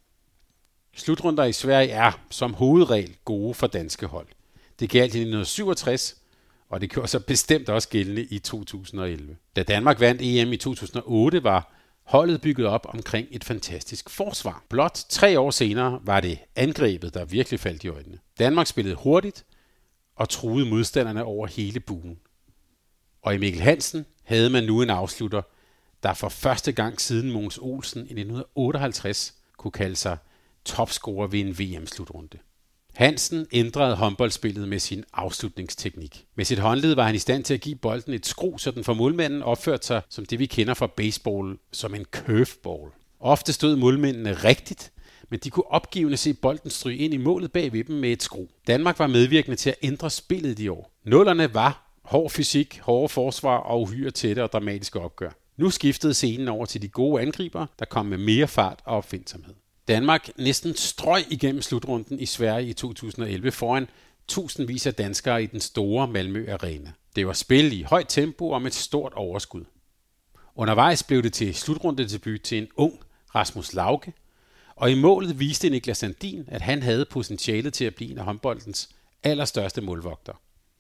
Slutrunder i Sverige er som hovedregel gode for danske hold. Det galt i 1967, og det gjorde sig bestemt også gældende i 2011. Da Danmark vandt EM i 2008, var holdet bygget op omkring et fantastisk forsvar. Blot 3 år senere var det angrebet, der virkelig faldt i øjnene. Danmark spillede hurtigt og truede modstanderne over hele buen. Og i Mikkel Hansen havde man nu en afslutter, der for første gang siden Mogens Olsen i 1958 kunne kalde sig topscorer ved en VM-slutrunde. Hansen ændrede håndboldspillet med sin afslutningsteknik. Med sit håndled var han i stand til at give bolden et skru, så den for målmanden opførte sig som det, vi kender fra baseball, som en curveball. Ofte stod målmændene rigtigt, men de kunne opgivende se bolden stryge ind i målet bag ved dem med et skru. Danmark var medvirkende til at ændre spillet i år. Nullerne var hård fysik, hårde forsvar og uhyre tætte og dramatiske opgør. Nu skiftede scenen over til de gode angriber, der kom med mere fart og opfindsomhed. Danmark næsten strøg igennem slutrunden i Sverige i 2011 foran tusindvis af danskere i den store Malmø Arena. Det var spil i højt tempo og med et stort overskud. Undervejs blev det til slutrundedebut til en ung Rasmus Lauke, og i målet viste Niklas Sandin, at han havde potentialet til at blive en af håndboldens allerstørste målvogter.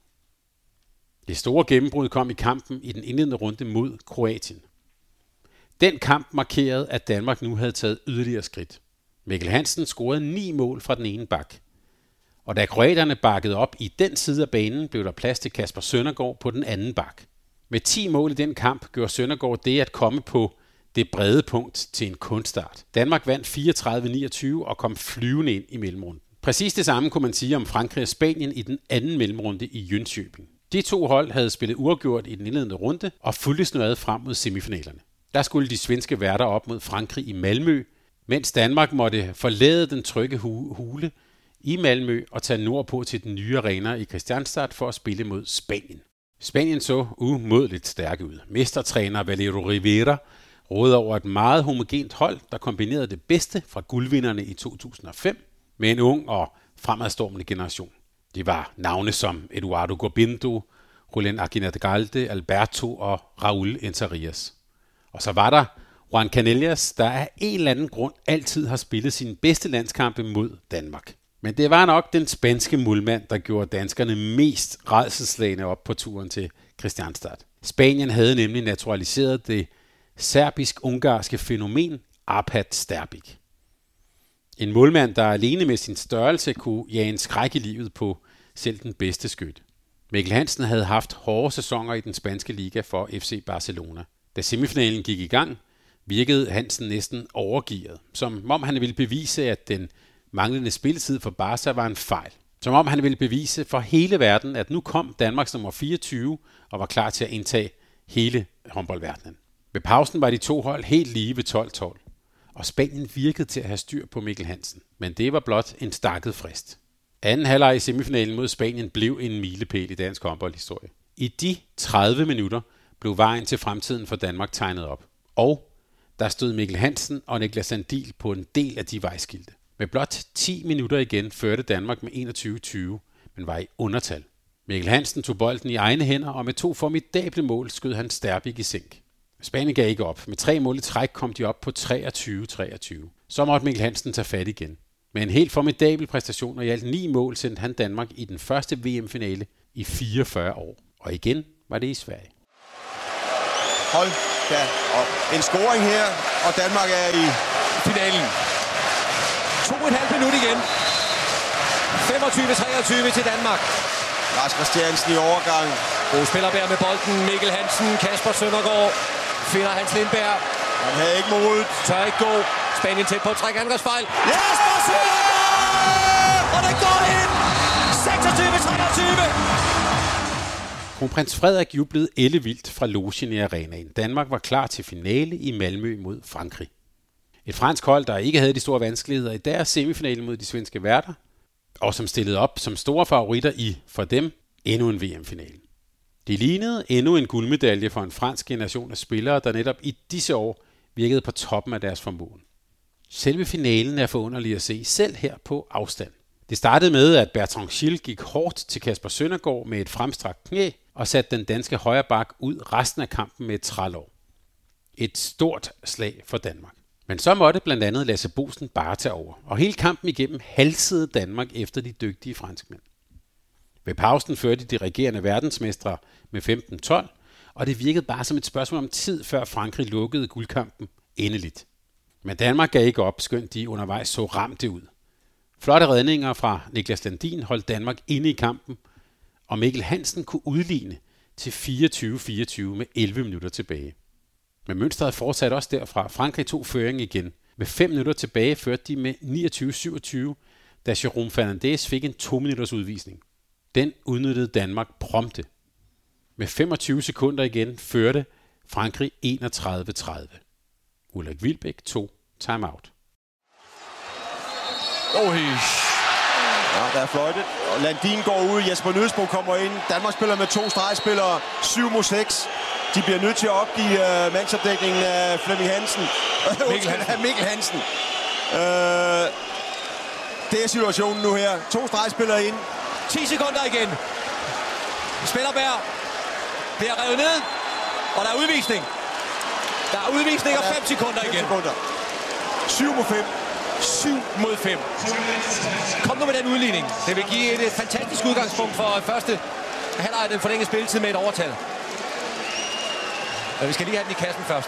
Det store gennembrud kom i kampen i den indledende runde mod Kroatien. Den kamp markerede, at Danmark nu havde taget yderligere skridt. Mikkel Hansen scorede 9 mål fra den ene bak. Og da kroaterne bakkede op i den side af banen, blev der plads til Kasper Søndergaard på den anden bak. Med 10 mål i den kamp gjorde Søndergaard det at komme på det brede punkt til en kunststart. Danmark vandt 34-29 og kom flyvende ind i mellemrunden. Præcis det samme kunne man sige om Frankrig og Spanien i den anden mellemrunde i Jönköping. De to hold havde spillet uafgjort i den indledende runde og fulgte snøret frem mod semifinalerne. Der skulle de svenske værter op mod Frankrig i Malmø, mens Danmark måtte forlade den trygge hule i Malmø og tage nordpå til den nye arena i Kristianstad for at spille mod Spanien. Spanien så umådeligt stærke ud. Mestertræner Valero Rivera rådede over et meget homogent hold, der kombinerede det bedste fra guldvinderne i 2005 med en ung og fremadstormende generation. De var navne som Eduardo Gobindo, Julián Arginardegalde, Alberto og Raúl Enterias. Og så var der Juan Canellas, der af en eller anden grund altid har spillet sine bedste landskampe mod Danmark. Men det var nok den spanske målmand, der gjorde danskerne mest rædselsslagne op på turen til Kristianstad. Spanien havde nemlig naturaliseret det serbisk-ungarske fænomen Arpad Sterbik. En målmand, der alene med sin størrelse kunne jage en skræk i livet på selv den bedste skytte. Mikkel Hansen havde haft hårde sæsoner i den spanske liga for FC Barcelona. Da semifinalen gik i gang, virkede Hansen næsten overgearet, som om han ville bevise, at den manglende spilletid for Barca var en fejl. Som om han ville bevise for hele verden, at nu kom Danmarks nummer 24 og var klar til at indtage hele håndboldverdenen. Ved pausen var de to hold helt lige ved 12-12, og Spanien virkede til at have styr på Mikkel Hansen. Men det var blot en stakket frist. Anden halvleg i semifinalen mod Spanien blev en milepæl i dansk håndboldhistorie. I de 30 minutter blev vejen til fremtiden for Danmark tegnet op. Og der stod Mikkel Hansen og Niklas Sandil på en del af de vejskilte. Med blot 10 minutter igen førte Danmark med 21-20, men var i undertal. Mikkel Hansen tog bolden i egne hænder, og med 2 formidable mål skød han Sterbik i sænk. Spanien gav ikke op. Med 3 mål i træk kom de op på 23-23. Så måtte Mikkel Hansen tage fat igen. Med en helt formidabel præstation og i alt 9 mål sendte han Danmark i den første VM-finale i 44 år. Og igen var det i Sverige.
Hold da op. En scoring her, og Danmark er i finalen.
2,5 minut igen. 25-23 til Danmark.
Lars Christiansen i overgang.
Bo Spillerberg med bolden. Mikkel Hansen, Kasper Søndergaard. Finder Hans Lindberg.
Han havde ikke modet.
Tør ikke gå. Spanien tæt på at trække angrebsfejl. Kasper Søndergaard! Og det går ind! 26-23!
Kronprins Frederik jublede ellevildt fra logen i arenaen. Danmark var klar til finale i Malmø mod Frankrig. Et fransk hold, der ikke havde de store vanskeligheder i deres semifinale mod de svenske værter, og som stillede op som store favoritter i, for dem, endnu en VM-finale. De lignede endnu en guldmedalje for en fransk generation af spillere, der netop i disse år virkede på toppen af deres formåen. Selve finalen er forunderlig at se, selv her på afstand. Det startede med, at Bertrand Schill gik hårdt til Kasper Søndergaard med et fremstrakt knæ og satte den danske højre bak ud resten af kampen med et trælår. Et stort slag for Danmark. Men så måtte blandt andet Lasse Boesen bare tage over, og hele kampen igennem halsede Danmark efter de dygtige franskmænd. Ved pausen førte de regerende verdensmestre med 15-12, og det virkede bare som et spørgsmål om tid, før Frankrig lukkede guldkampen endeligt. Men Danmark gav ikke op, skønt de undervejs så ramte ud. Flotte redninger fra Niklas Landin holdt Danmark inde i kampen, og Mikkel Hansen kunne udligne til 24-24 med 11 minutter tilbage. Men mønstret fortsatte også derfra. Frankrig tog føring igen. Med 5 minutter tilbage førte de med 29-27, da Jérôme Fernandez fik en 2-minutters udvisning. Den udnyttede Danmark prompte. Med 25 sekunder igen førte Frankrig 31-30. Ulrik Wilbæk tog timeout.
Ja, der er fløjtet. Og Landin går ud. Jesper Nødsbo kommer ind. Danmark spiller med 2 stregspillere. 7-6. De bliver nødt til at opgive mandsopdækningen af Flemming Hansen. Mikkel Hansen. Det er situationen nu her. 2 stregspillere ind.
10 sekunder igen. Spillerberg bliver revet ned, og der er udvisning. Der er udvisning og 5 sekunder igen.
7-5.
7-5. Kom nu med den udligning. Det vil give et fantastisk udgangspunkt for første halvleg den forlængede spilletid med et overtal. Men vi skal lige have den i kassen først.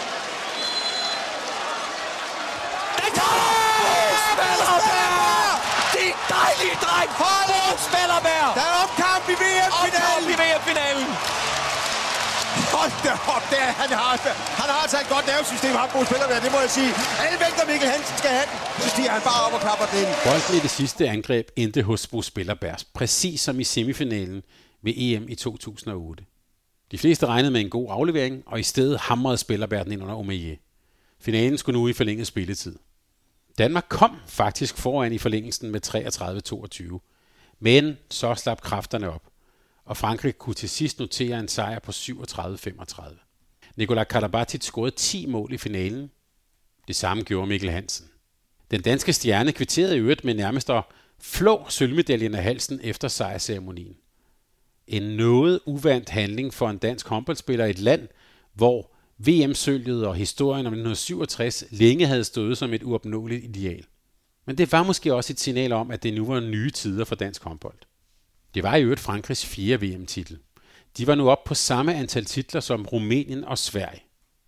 Den kommer! Spillerberg! Det er dejlige dreng! Hold Spillerberg!
Der er opkamp i VM-finalen! Hold da op, han har altså et godt nervesystem, ham Bo Spillerberg, det må jeg sige. Alle vægter Mikkel Hansen skal have den, så stiger han bare op og klapper den.
Bolden i det sidste angreb endte hos Bo Spillerberg, præcis som i semifinalen ved EM i 2008. De fleste regnede med en god aflevering, og i stedet hamrede Spillerberg ind under Omeje. Finalen skulle nu i forlænget spilletid. Danmark kom faktisk foran i forlængelsen med 33-22, men så slap kræfterne op, og Frankrig kunne til sidst notere en sejr på 37-35. Nikola Karabatic scorede 10 mål i finalen. Det samme gjorde Mikkel Hansen. Den danske stjerne kvitterede i øvrigt med nærmest at flå sølvmedaljen af halsen efter sejrsceremonien. En noget uvandt handling for en dansk håndboldspiller i et land, hvor VM-sølvet og historien om 1967 længe havde stået som et uopnåeligt ideal. Men det var måske også et signal om, at det nu var nye tider for dansk håndbold. Det var i øvrigt Frankrigs 4. VM-titel. De var nu op på samme antal titler som Rumænien og Sverige.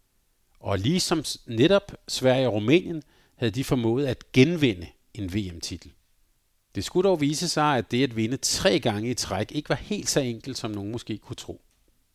Og ligesom netop Sverige og Rumænien havde de formået at genvinde en VM-titel. Det skulle dog vise sig, at det at vinde 3 gange i træk ikke var helt så enkelt, som nogen måske kunne tro.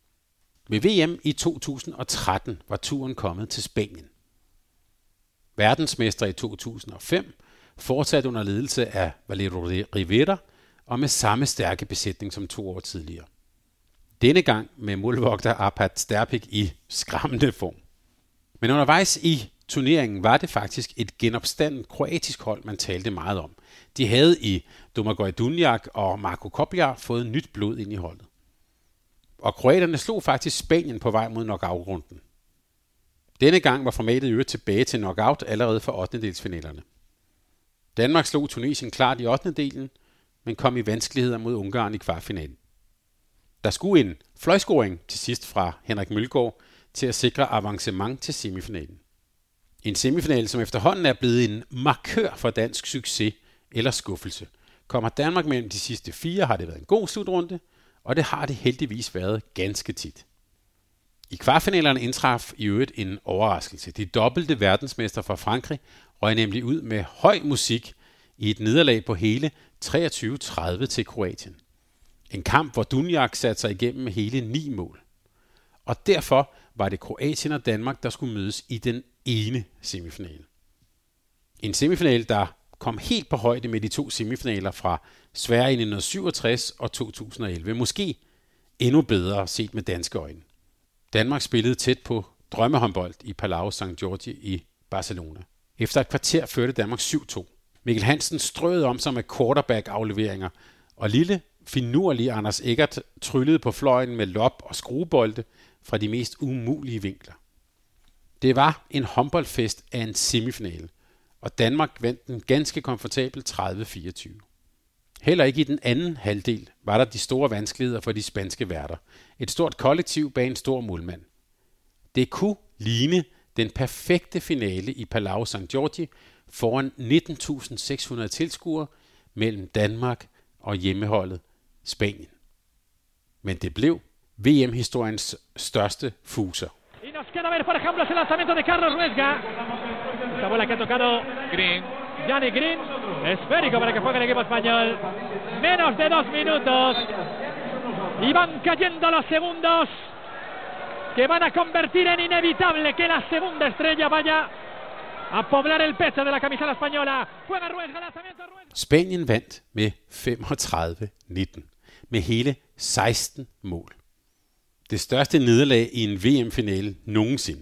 Ved VM i 2013 var turen kommet til Spanien. Verdensmester i 2005 fortsatte under ledelse af Valero Rivera og med samme stærke besætning som 2 år tidligere. Denne gang med målvogter Arpad Sterpic i skræmmende form. Men undervejs i turneringen var det faktisk et genopstandet kroatisk hold, man talte meget om. De havde i Domagoj Dujak og Marko Kopitar fået nyt blod ind i holdet. Og kroaterne slog faktisk Spanien på vej mod knockout-runden. Denne gang var formatet i øvrigt tilbage til knockout allerede for 8. Danmark slog Tunesien klart i 8. delen, men kom i vanskeligheder mod Ungarn i kvartfinalen. Der skulle en fløjscoring til sidst fra Henrik Mølgaard til at sikre avancement til semifinalen. En semifinale, som efterhånden er blevet en markør for dansk succes eller skuffelse. Kommer Danmark mellem de sidste 4, har det været en god slutrunde, og det har det heldigvis været ganske tit. I kvartfinalerne indtraf i øvrigt en overraskelse. De dobbelte verdensmester fra Frankrig røg nemlig ud med høj musik i et nederlag på hele 23-30 til Kroatien. En kamp, hvor Dujak satte sig igennem med hele 9 mål. Og derfor var det Kroatien og Danmark, der skulle mødes i den ene semifinale. En semifinale, der kom helt på højde med de 2 semifinaler fra Sverige i 1967 og 2011. Måske endnu bedre set med danske øjne. Danmark spillede tæt på drømmehåndbold i Palau Sant Jordi i Barcelona. Efter et kvarter førte Danmark 7-2. Mikkel Hansen strøede om sig med quarterback-afleveringer, og lille, finurlige Anders Eggert tryllede på fløjen med lop og skruebolde fra de mest umulige vinkler. Det var en håndboldfest af en semifinale, og Danmark vandt den ganske komfortabelt 30-24. Heller ikke i den anden halvdel var der de store vanskeligheder for de spanske værter. Et stort kollektiv bag en stor målmand. Det kunne ligne den perfekte finale i Palau Sant Jordi foran 19.600 tilskuere mellem Danmark og hjemmeholdet Spanien. Men det blev VM-historiens største fuser.
Y nos queda ver, por ejemplo, ese lanzamiento de Carlos Ruesga. Esta bola que ha tocado Green. Gianni Green. Esférico para que juegue el equipo español. Menos de 2 minutos. Y van cayendo los segundos que van a convertir en inevitable que la segunda estrella vaya a poblar el pecho de la camiseta española. Juega Ruesga, lanzamiento Ruesga.
Spanien vandt med 35-19 med hele 16 mål. Det største nederlag i en VM-finale nogensinde.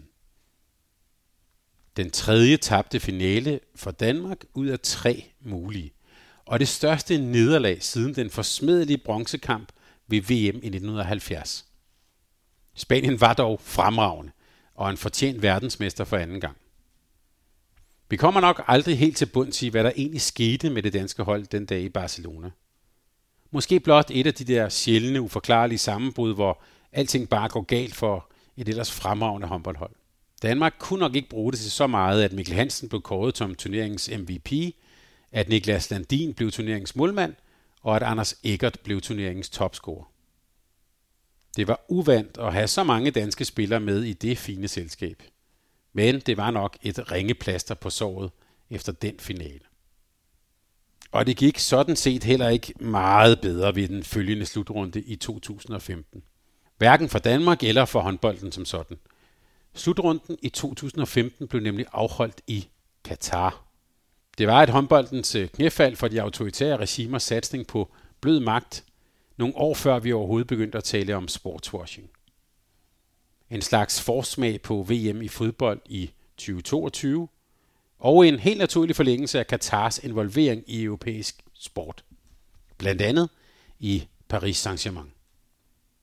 Den 3. tabte finale for Danmark ud af 3 mulige. Og det største nederlag siden den forsmedelige bronzekamp ved VM i 1970. Spanien var dog fremragende og en fortjent verdensmester for anden gang. Vi kommer nok aldrig helt til bunds i, hvad der egentlig skete med det danske hold den dag i Barcelona. Måske blot et af de der sjældne, uforklarlige sammenbrud, hvor alting bare går galt for et ellers fremragende håndboldhold. Danmark kunne nok ikke bruge det til så meget, at Mikkel Hansen blev kåret som turneringens MVP, at Niklas Landin blev turneringens målmand, og at Anders Eggert blev turneringens topscorer. Det var uvandt at have så mange danske spillere med i det fine selskab. Men det var nok et ringeplaster på såret efter den finale. Og det gik sådan set heller ikke meget bedre ved den følgende slutrunde i 2015. Hverken for Danmark eller for håndbolden som sådan. Slutrunden i 2015 blev nemlig afholdt i Katar. Det var et håndboldens knæfald for de autoritære regimers satsning på blød magt, nogle år før vi overhovedet begyndte at tale om sportswashing. En slags forsmag på VM i fodbold i 2022, og en helt naturlig forlængelse af Katars involvering i europæisk sport. Blandt andet i Paris Saint-Germain.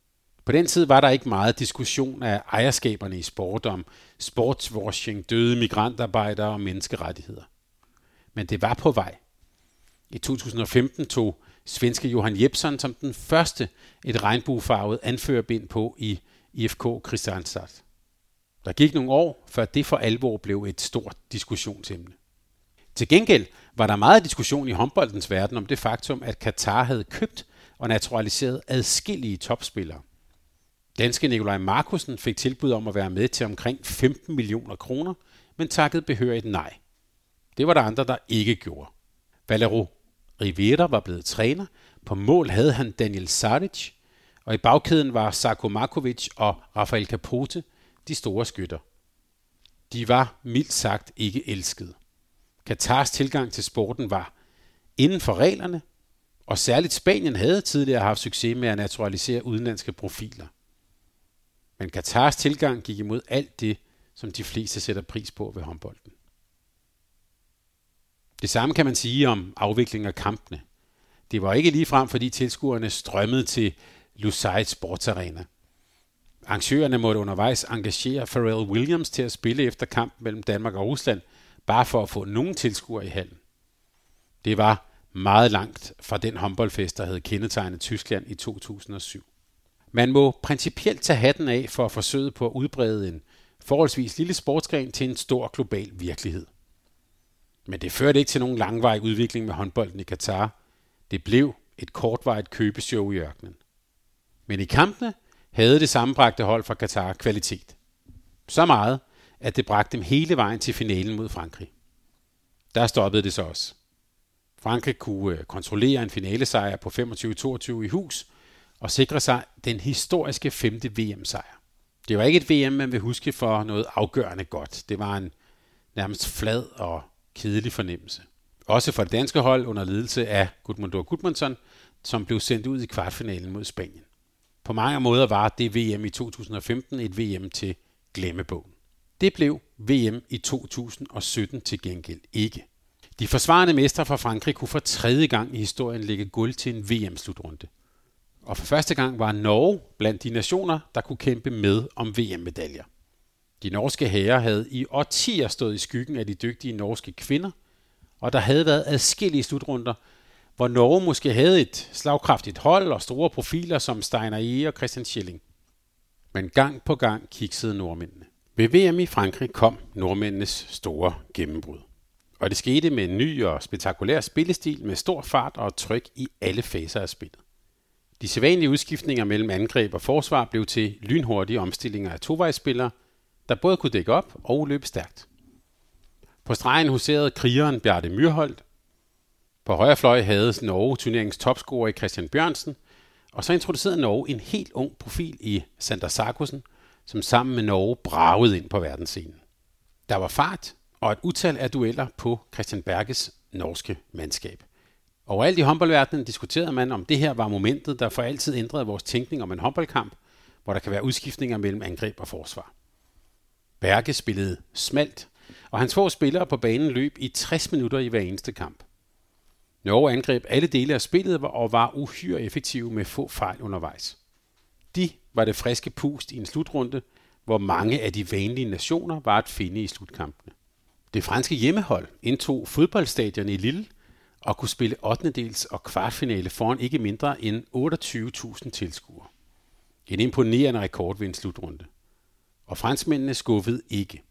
På den tid var der ikke meget diskussion af ejerskaberne i sport om sportswashing, døde migrantarbejdere og menneskerettigheder. Men det var på vej. I 2015 tog svenske Johan Jeppsson som den første et regnbuefarvet anførerbind på i IFK Kristianstad. Der gik nogle år, før det for alvor blev et stort diskussionsemne. Til gengæld var der meget diskussion i håndboldens verden om det faktum, at Katar havde købt og naturaliseret adskillige topspillere. Danske Nikolaj Markussen fik tilbud om at være med til omkring 15 millioner kroner, men takkede behørigt nej. Det var der andre, der ikke gjorde. Valero Rivera var blevet træner. På mål havde han Daniel Saric, og i bagkæden var Sarko Markovic og Rafael Capote de store skytter. De var mildt sagt ikke elskede. Katars tilgang til sporten var inden for reglerne, og særligt Spanien havde tidligere haft succes med at naturalisere udenlandske profiler. Men Katars tilgang gik imod alt det, som de fleste sætter pris på ved håndbolden. Det samme kan man sige om afvikling af kampene. Det var ikke ligefrem, fordi tilskuerne strømmede til Lusail Sportsarena. Arrangørerne måtte undervejs engagere Pharrell Williams til at spille efter kampen mellem Danmark og Rusland, bare for at få nogen tilskuere i hallen. Det var meget langt fra den håndboldfest, der havde kendetegnet Tyskland i 2007. Man må principielt tage hatten af for at forsøge på at udbrede en forholdsvis lille sportsgren til en stor global virkelighed. Men det førte ikke til nogen langvarig udvikling med håndbolden i Katar. Det blev et kortvarigt købeshow i ørkenen. Men i kampene havde det sammenbragte hold fra Katar kvalitet. Så meget, at det bragte dem hele vejen til finalen mod Frankrig. Der stoppede det så også. Frankrig kunne kontrollere en finalesejr på 25-22 i hus og sikre sig den historiske 5. VM-sejr. Det var ikke et VM, man vil huske for noget afgørende godt. Det var en nærmest flad og kedelig fornemmelse. Også for det danske hold under ledelse af Gudmundur Gudmundsson, som blev sendt ud i kvartfinalen mod Spanien. På mange måder var det VM i 2015 et VM til glemmebogen. Det blev VM i 2017 til gengæld ikke. De forsvarende mestre fra Frankrig kunne for 3. gang i historien lægge guld til en VM-slutrunde. Og for første gang var Norge blandt de nationer, der kunne kæmpe med om VM-medaljer. De norske herrer havde i årtier stået i skyggen af de dygtige norske kvinder, og der havde været adskillige slutrunder, hvor Norge måske havde et slagkraftigt hold og store profiler som Steinar Ege og Christian Schilling. Men gang på gang kiksede nordmændene. Ved VM i Frankrig kom nordmændenes store gennembrud. Og det skete med en ny og spektakulær spillestil med stor fart og tryk i alle faser af spillet. De sædvanlige udskiftninger mellem angreb og forsvar blev til lynhurtige omstillinger af tovejsspillere, der både kunne dække op og løbe stærkt. På stregen huserede krigeren Bjarte Myrholdt. På højre fløj havde Norge turneringens topscorer i Christian Bjørnsen, og så introducerede Norge en helt ung profil i Sander Sarkussen, som sammen med Norge bragede ind på verdensscenen. Der var fart og et utal af dueller på Christian Berges norske mandskab. Overalt i håndboldverdenen diskuterede man, om det her var momentet, der for altid ændrede vores tænkning om en håndboldkamp, hvor der kan være udskiftninger mellem angreb og forsvar. Berge spillede smalt, og hans få spillere på banen løb i 60 minutter i hver eneste kamp. Norge angreb alle dele af spillet og var uhyre effektive med få fejl undervejs. De var det friske pust i en slutrunde, hvor mange af de vanlige nationer var at finde i slutkampene. Det franske hjemmehold indtog fodboldstadion i Lille og kunne spille 8. og kvartfinale foran ikke mindre end 28.000 tilskuere. En imponerende rekord ved en slutrunde. Og franskmændene skuffede ikke.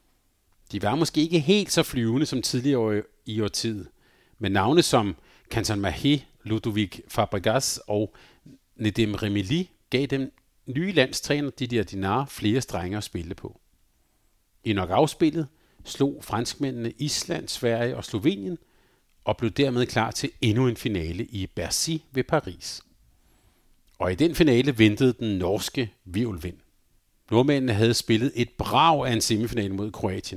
De var måske ikke helt så flyvende som tidligere i årtiet, men navne som Canton Mahé, Ludovic Fabregas og Nedem Remili gav dem nye landstræner Didier Dinard flere strenge at spille på. I knockout-spillet slog franskmændene Island, Sverige og Slovenien og blev dermed klar til endnu en finale i Bercy ved Paris. Og i den finale ventede den norske hvirvelvind. Nordmændene havde spillet et brag af en semifinale mod Kroatien.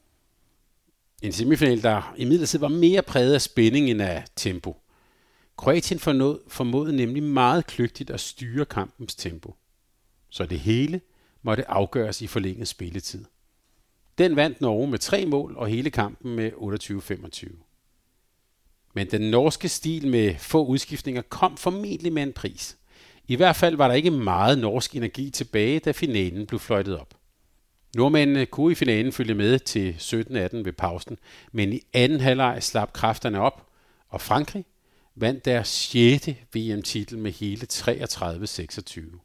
En semifinal, der imidlertid var mere præget af spænding end af tempo. Kroatien formåede nemlig meget kløgtigt at styre kampens tempo. Så det hele måtte afgøres i forlænget spilletid. Den vandt Norge med 3 mål og hele kampen med 28-25. Men den norske stil med få udskiftninger kom formentlig med en pris. I hvert fald var der ikke meget norsk energi tilbage, da finalen blev fløjtet op. Nordmændene kunne i finalen følge med til 17-18 ved pausen, men i anden halvleg slap kræfterne op, og Frankrig vandt deres 6. VM-titel med hele 33-26.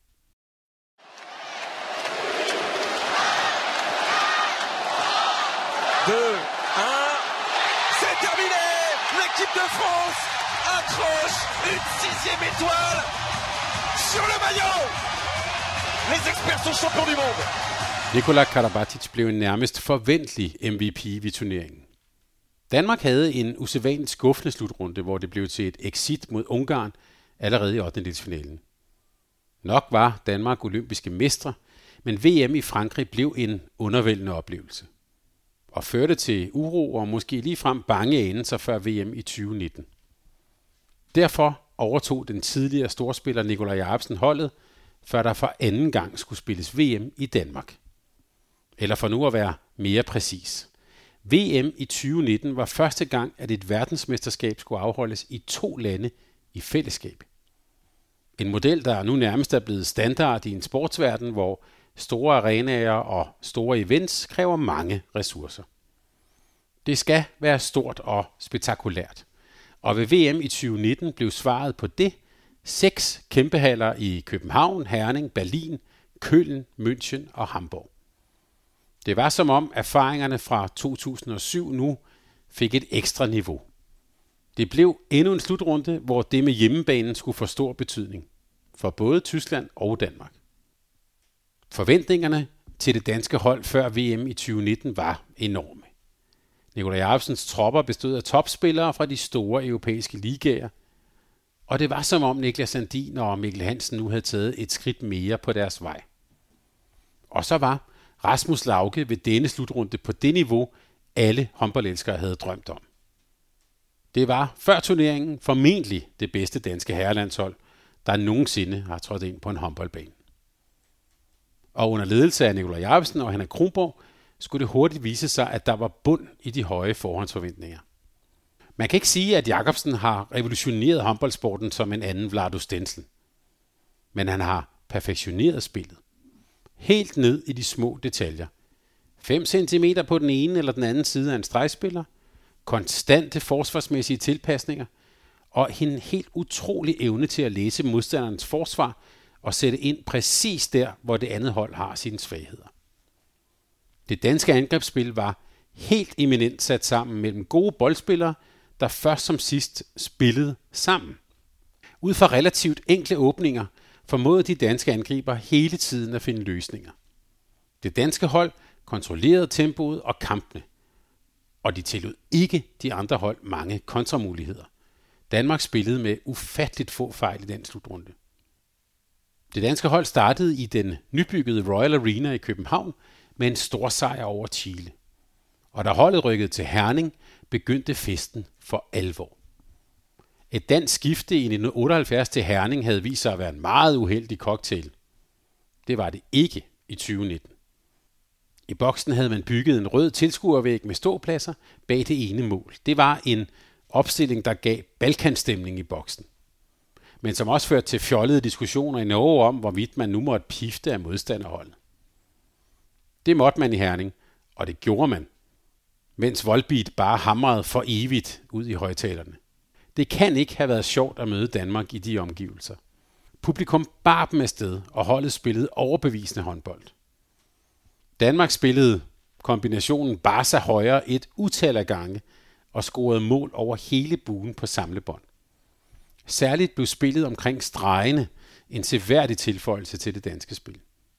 C'est terminé. L'équipe de France accroche une 6e étoile sur le maillot. Les experts sont champions du monde.
Nikola Karabatic blev en nærmest forventelig MVP ved turneringen. Danmark havde en usædvanligt skuffende slutrunde, hvor det blev til et exit mod Ungarn allerede i 8. Nok var Danmark olympiske mestre, men VM i Frankrig blev en undervældende oplevelse og førte til uro og måske ligefrem bange endelser før VM i 2019. Derfor overtog den tidligere storspiller Nikolaj Jacobsen holdet, før der for anden gang skulle spilles VM i Danmark. Eller for nu at være mere præcis. VM i 2019 var første gang, at et verdensmesterskab skulle afholdes i 2 lande i fællesskab. En model, der nu nærmest er blevet standard i en sportsverden, hvor store arenaer og store events kræver mange ressourcer. Det skal være stort og spektakulært. Og ved VM i 2019 blev svaret på det 6 kæmpehaller i København, Herning, Berlin, Köln, München og Hamburg. Det var som om erfaringerne fra 2007 nu fik et ekstra niveau. Det blev endnu en slutrunde, hvor det med hjemmebanen skulle få stor betydning for både Tyskland og Danmark. Forventningerne til det danske hold før VM i 2019 var enorme. Nikolaj Jacobsens tropper bestod af topspillere fra de store europæiske ligaer, og det var som om Niklas Sandin og Mikkel Hansen nu havde taget et skridt mere på deres vej. Og så var Rasmus Lauke ved denne slutrunde på det niveau, alle håndboldelskere havde drømt om. Det var før turneringen formentlig det bedste danske herrelandshold, der nogensinde har trådt ind på en håndboldbane. Og under ledelse af Nikolaj Jacobsen og Henrik Kronborg skulle det hurtigt vise sig, at der var bund i de høje forhåndsforventninger. Man kan ikke sige, at Jacobsen har revolutioneret håndboldsporten som en anden Vlado Stenzel. Men han har perfektioneret spillet. Helt ned i de små detaljer. 5 cm på den ene eller den anden side af en stregspiller, konstante forsvarsmæssige tilpasninger og en helt utrolig evne til at læse modstanderens forsvar og sætte ind præcis der, hvor det andet hold har sine svagheder. Det danske angrebsspil var helt eminent sat sammen mellem gode boldspillere, der først som sidst spillede sammen. Ud fra relativt enkle åbninger formåede de danske angriber hele tiden at finde løsninger. Det danske hold kontrollerede tempoet og kampene, og de tillod ikke de andre hold mange kontramuligheder. Danmark spillede med ufatteligt få fejl i den slutrunde. Det danske hold startede i den nybyggede Royal Arena i København med en stor sejr over Chile. Og da holdet rykkede til Herning, begyndte festen for alvor. Et dansk skifte i 1978 til Herning havde vist sig at være en meget uheldig cocktail. Det var det ikke i 2019. I boksen havde man bygget en rød tilskuervæg med ståpladser bag det ene mål. Det var en opstilling, der gav balkanstemning i boksen, men som også førte til fjollede diskussioner i Norge om, hvorvidt man nu måtte pifte af modstanderholdet. Det måtte man i Herning, og det gjorde man, mens Volbeat bare hamrede for evigt ud i højtalerne. Det kan ikke have været sjovt at møde Danmark i de omgivelser. Publikum bar dem afsted, og holdet spillede overbevisende håndbold. Danmark spillede kombinationen Barca højre et utal af gange og scorede mål over hele buen på samlebånd. Særligt blev spillet omkring stregene en seværdig tilføjelse til det danske spil.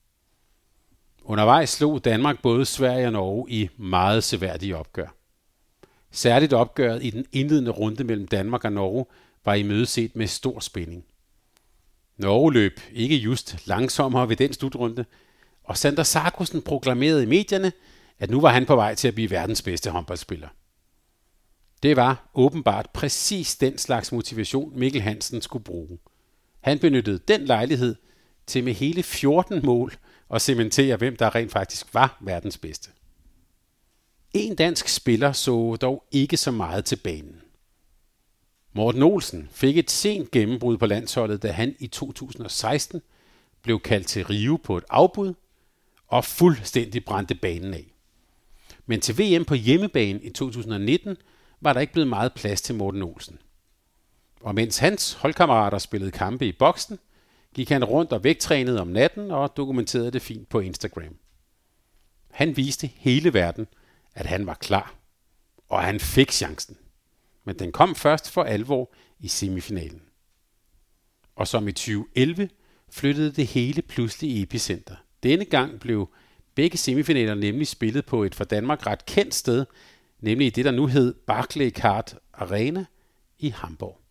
Undervejs slog Danmark både Sverige og Norge i meget seværdige opgør. Særligt opgøret i den indledende runde mellem Danmark og Norge var imødeset med stor spænding. Norge løb ikke just langsommere ved den slutrunde, og Sander Sargussen proklamerede i medierne, at nu var han på vej til at blive verdens bedste håndboldspiller. Det var åbenbart præcis den slags motivation, Mikkel Hansen skulle bruge. Han benyttede den lejlighed til med hele 14 mål at cementere, hvem der rent faktisk var verdens bedste. En dansk spiller så dog ikke så meget til banen. Morten Olsen fik et sent gennembrud på landsholdet, da han i 2016 blev kaldt til Rio på et afbud og fuldstændig brændte banen af. Men til VM på hjemmebane i 2019 var der ikke blevet meget plads til Morten Olsen. Og mens hans holdkammerater spillede kampe i boksen, gik han rundt og vægttrænede om natten og dokumenterede det fint på Instagram. Han viste hele verden, at han var klar, og han fik chancen. Men den kom først for alvor i semifinalen. Og som i 2011 flyttede det hele pludselig i epicenter. Denne gang blev begge semifinaler nemlig spillet på et for Danmark ret kendt sted, nemlig i det, der nu hed Barclaycard Arena i Hamburg.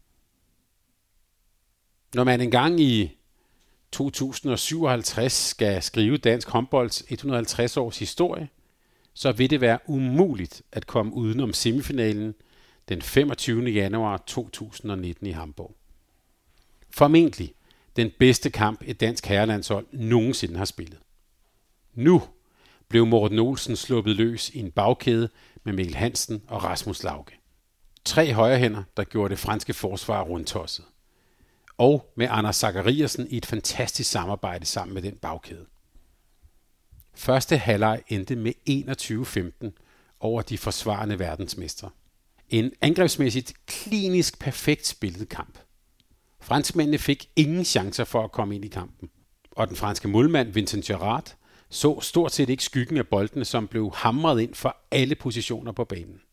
Når man engang i 2057 skal skrive dansk håndbolds 150 års historie, så vil det være umuligt at komme udenom semifinalen den 25. januar 2019 i Hamburg. Formentlig den bedste kamp et dansk herrelandshold nogensinde har spillet. Nu blev Morten Olsen sluppet løs i en bagkæde med Mikkel Hansen og Rasmus Lauke. 3 højrehænder, der gjorde det franske forsvar rundtosset. Og med Anders Zachariasen i et fantastisk samarbejde sammen med den bagkæde. Første halvleg endte med 21-15 over de forsvarende verdensmestre. En angrebsmæssigt klinisk perfekt spillet kamp. Franskmændene fik ingen chancer for at komme ind i kampen, og den franske målmand Vincent Gerard så stort set ikke skyggen af boldene, som blev hamret ind for alle positioner på banen.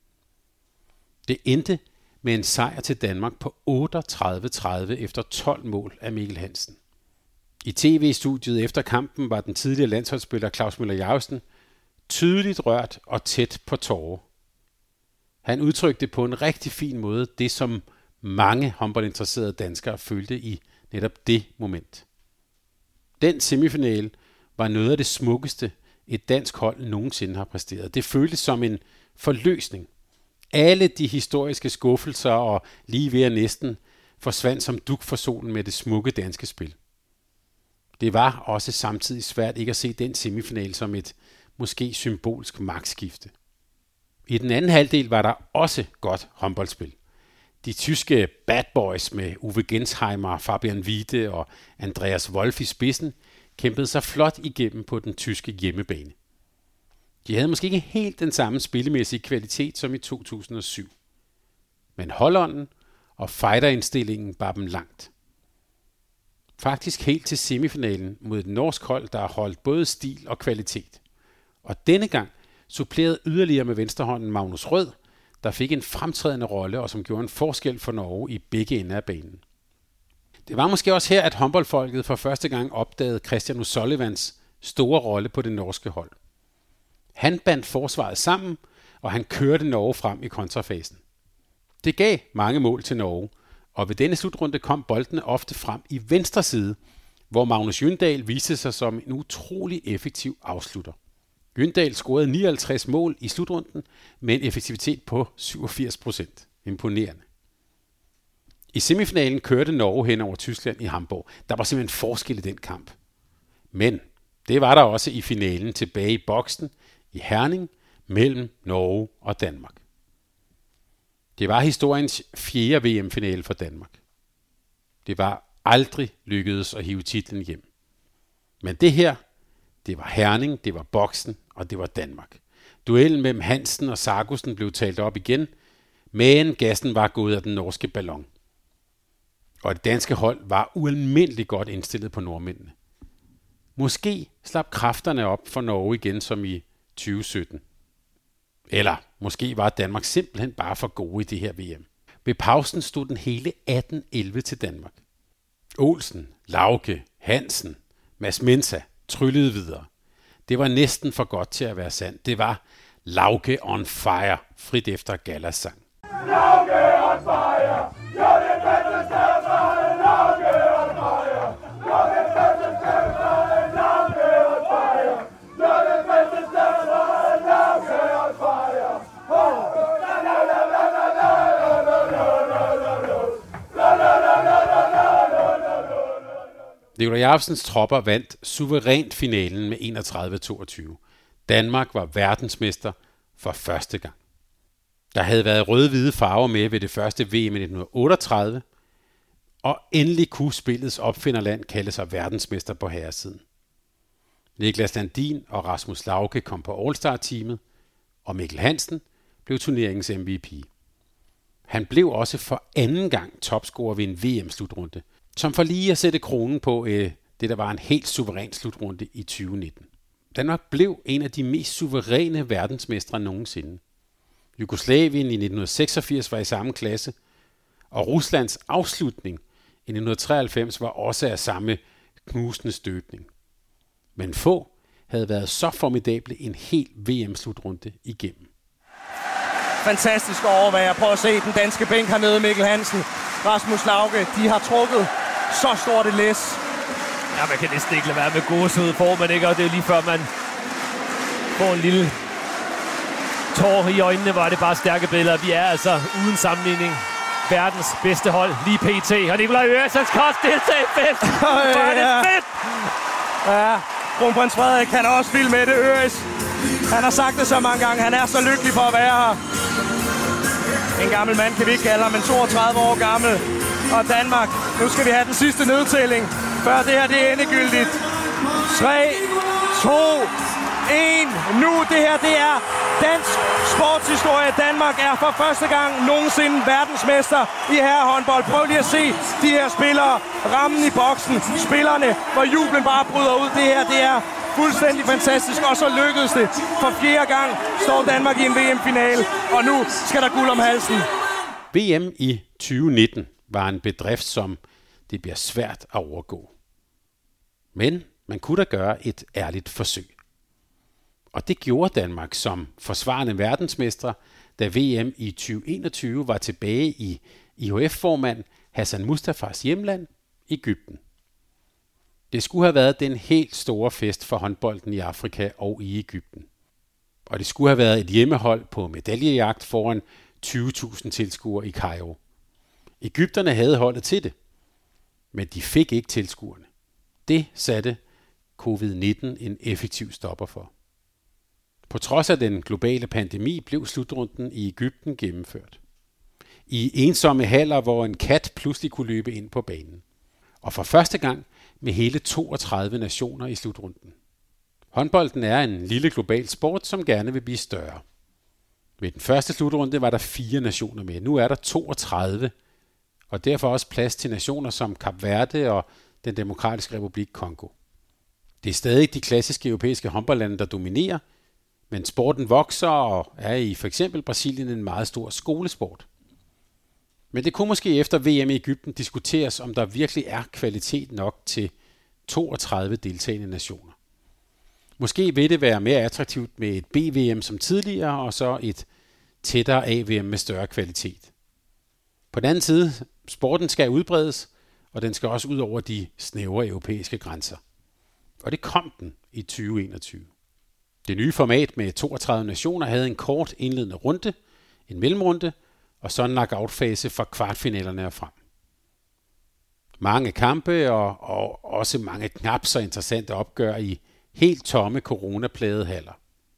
Det endte med en sejr til Danmark på 38-30 efter 12 mål af Mikkel Hansen. I tv-studiet efter kampen var den tidligere landsholdsspiller Claus Møller Jacobsen tydeligt rørt og tæt på tårer. Han udtrykte på en rigtig fin måde det, som mange håndboldinteresserede danskere følte i netop det moment. Den semifinale var noget af det smukkeste, et dansk hold nogensinde har præsteret. Det føltes som en forløsning. Alle de historiske skuffelser og lige ved at næsten forsvandt som dug for solen med det smukke danske spil. Det var også samtidig svært ikke at se den semifinale som et måske symbolsk magtskifte. I den anden halvdel var der også godt håndboldspil. De tyske bad boys med Uwe Gensheimer, Fabian Wiede og Andreas Wolf i spidsen kæmpede sig flot igennem på den tyske hjemmebane. De havde måske ikke helt den samme spillemæssige kvalitet som i 2007. Men holdånden og fighterindstillingen bar dem langt. Faktisk helt til semifinalen mod et norsk hold, der har holdt både stil og kvalitet. Og denne gang supplerede yderligere med venstrehånden Magnus Rød, der fik en fremtrædende rolle og som gjorde en forskel for Norge i begge ender af banen. Det var måske også her, at håndboldfolket for første gang opdagede Christian O'Sullivans store rolle på det norske hold. Han bandt forsvaret sammen, og han kørte Norge frem i kontrafasen. Det gav mange mål til Norge, og ved denne slutrunde kom boldene ofte frem i venstre side, hvor Magnus Jøndal viste sig som en utrolig effektiv afslutter. Jøndal scorede 59 mål i slutrunden med en effektivitet på 87%. Imponerende. I semifinalen kørte Norge hen over Tyskland i Hamburg. Der var simpelthen forskel i den kamp. Men det var der også i finalen tilbage i boksen i Herning mellem Norge og Danmark. Det var historiens 4. VM-finale for Danmark. Det var aldrig lykkedes at hive titlen hjem. Men det her, det var Herning, det var boksen, og det var Danmark. Duellen mellem Hansen og Sargussen blev talt op igen, men gassen var gået af den norske ballon. Og det danske hold var ualmindeligt godt indstillet på nordmændene. Måske slap kræfterne op for Norge igen som i 2017. Eller måske var Danmark simpelthen bare for gode i det her VM. Ved pausen stod den hele 18-11 til Danmark. Olsen, Lauke, Hansen, Mads Mensa tryllede videre. Det var næsten for godt til at være sandt. Det var Lauke on fire, frit efter Gallas sang.
Lauke on fire, you're the best ever. Lauke on fire, you're the best ever. Lauke on fire, you're the best ever. Lauke on fire. La la la la la la la la la la la la.
Nikolaj Jacobsens tropper vandt suverænt finalen med 31-22. Danmark var verdensmester for første gang. Der havde været røde-hvide farver med ved det første VM i 1938, og endelig kunne spillets opfinderland kalde sig verdensmester på herresiden. Niklas Landin og Rasmus Lauke kom på All-Star-teamet, og Mikkel Hansen blev turneringens MVP. Han blev også for anden gang topscorer ved en VM-slutrunde, som for lige at sætte kronen på det, der var en helt suveræn slutrunde i 2019. Danmark blev en af de mest suveræne verdensmestre nogensinde. Jugoslavien i 1986 var i samme klasse, og Ruslands afslutning i 1993 var også af samme knusende støbning. Men få havde været så formidable en hel VM-slutrunde igennem.
Fantastisk at overvære. Prøv at se den danske bænk hernede, Mikkel Hansen, Rasmus Lauke. De har trukket så stort et læs.
Ja, man kan næsten ikke lade være med gåsehud for, men ikke, og det er jo lige før man får en lille tår i øjnene, hvor det bare stærke billeder. Vi er altså uden sammenligning verdens bedste hold, lige pt. Og Nikolaj Øresens kan også deltage i fest. Hvor er det fedt!
Ja, kronprins Frederik kan også filme med det. Øres, han har sagt det så mange gange. Han er så lykkelig for at være her. En gammel mand kan vi ikke kalde ham, men 32 år gammel. Og Danmark, nu skal vi have den sidste nedtælling, før det her det er endegyldigt. 3, 2, 1. Nu, det her det er dansk sportshistorie. Danmark er for første gang nogensinde verdensmester i herrehåndbold. Prøv lige at se de her spillere, rammen i boksen, spillerne, hvor jublen bare bryder ud. Det her det er fuldstændig fantastisk, og så lykkedes det. For fjerde gang står Danmark i en VM-finale, og nu skal der guld om halsen.
VM i 2019 var en bedrift, som det bliver svært at overgå. Men man kunne da gøre et ærligt forsøg. Og det gjorde Danmark som forsvarende verdensmestre, da VM i 2021 var tilbage i IHF-formand Hassan Mustafas hjemland, Egypten. Det skulle have været den helt store fest for håndbolden i Afrika og i Egypten. Og det skulle have været et hjemmehold på medaljejagt foran 20.000 tilskuere i Kairo. Egypterne havde holdet til det, men de fik ikke tilskuerne. Det satte covid-19 en effektiv stopper for. På trods af den globale pandemi blev slutrunden i Egypten gennemført. I ensomme haller, hvor en kat pludselig kunne løbe ind på banen. Og for første gang med hele 32 nationer i slutrunden. Håndbolden er en lille global sport, som gerne vil blive større. Ved den første slutrunde var der 4 nationer med. Nu er der 32, og derfor også plads til nationer som Kap Verde og den Demokratiske Republik Kongo. Det er stadig de klassiske europæiske håndboldlande, der dominerer, men sporten vokser og er i for eksempel Brasilien en meget stor skolesport. Men det kunne måske efter VM i Egypten diskuteres, om der virkelig er kvalitet nok til 32 deltagende nationer. Måske vil det være mere attraktivt med et BVM som tidligere, og så et tættere AVM med større kvalitet. På den anden side, sporten skal udbredes, og den skal også ud over de snævre europæiske grænser. Og det kom den i 2021. Det nye format med 32 nationer havde en kort indledende runde, en mellemrunde, og så en knockout-fase fra kvartfinalerne og frem. Mange kampe og også mange knap så interessante opgør i helt tomme coronaplagede haller.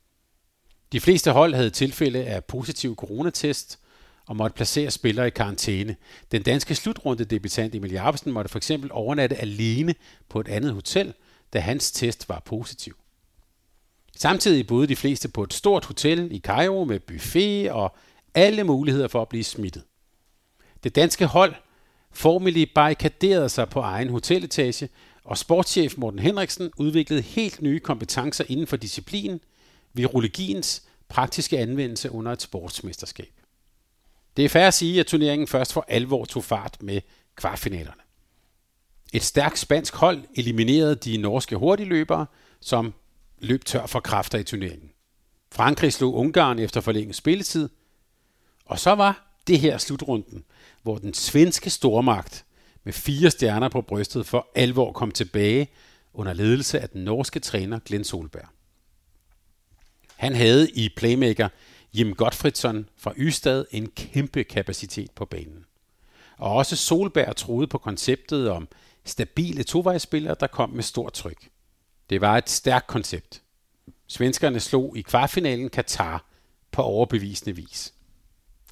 De fleste hold havde tilfælde af positiv coronatest og måtte placere spillere i karantæne. Den danske slutrundedebutant Emil Jacobsen måtte for eksempel overnatte alene på et andet hotel, da hans test var positiv. Samtidig boede de fleste på et stort hotel i Kairo med buffet og alle muligheder for at blive smittet. Det danske hold formelig barrikaderede sig på egen hoteletage, og sportschef Morten Henriksen udviklede helt nye kompetencer inden for disciplinen, virologiens praktiske anvendelse under et sportsmesterskab. Det er fair at sige, at turneringen først for alvor tog fart med kvartfinalerne. Et stærkt spansk hold eliminerede de norske hurtigløbere, som løb tør for kræfter i turneringen. Frankrig slog Ungarn efter forlænget spilletid, og så var det her slutrunden, hvor den svenske stormagt med 4 stjerner på brystet for alvor kom tilbage under ledelse af den norske træner Glenn Solberg. Han havde i playmaker Jim Gottfridsson fra Ystad en kæmpe kapacitet på banen. Og også Solberg troede på konceptet om stabile tovejsspillere, der kom med stort tryk. Det var et stærkt koncept. Svenskerne slog i kvartfinalen Katar på overbevisende vis.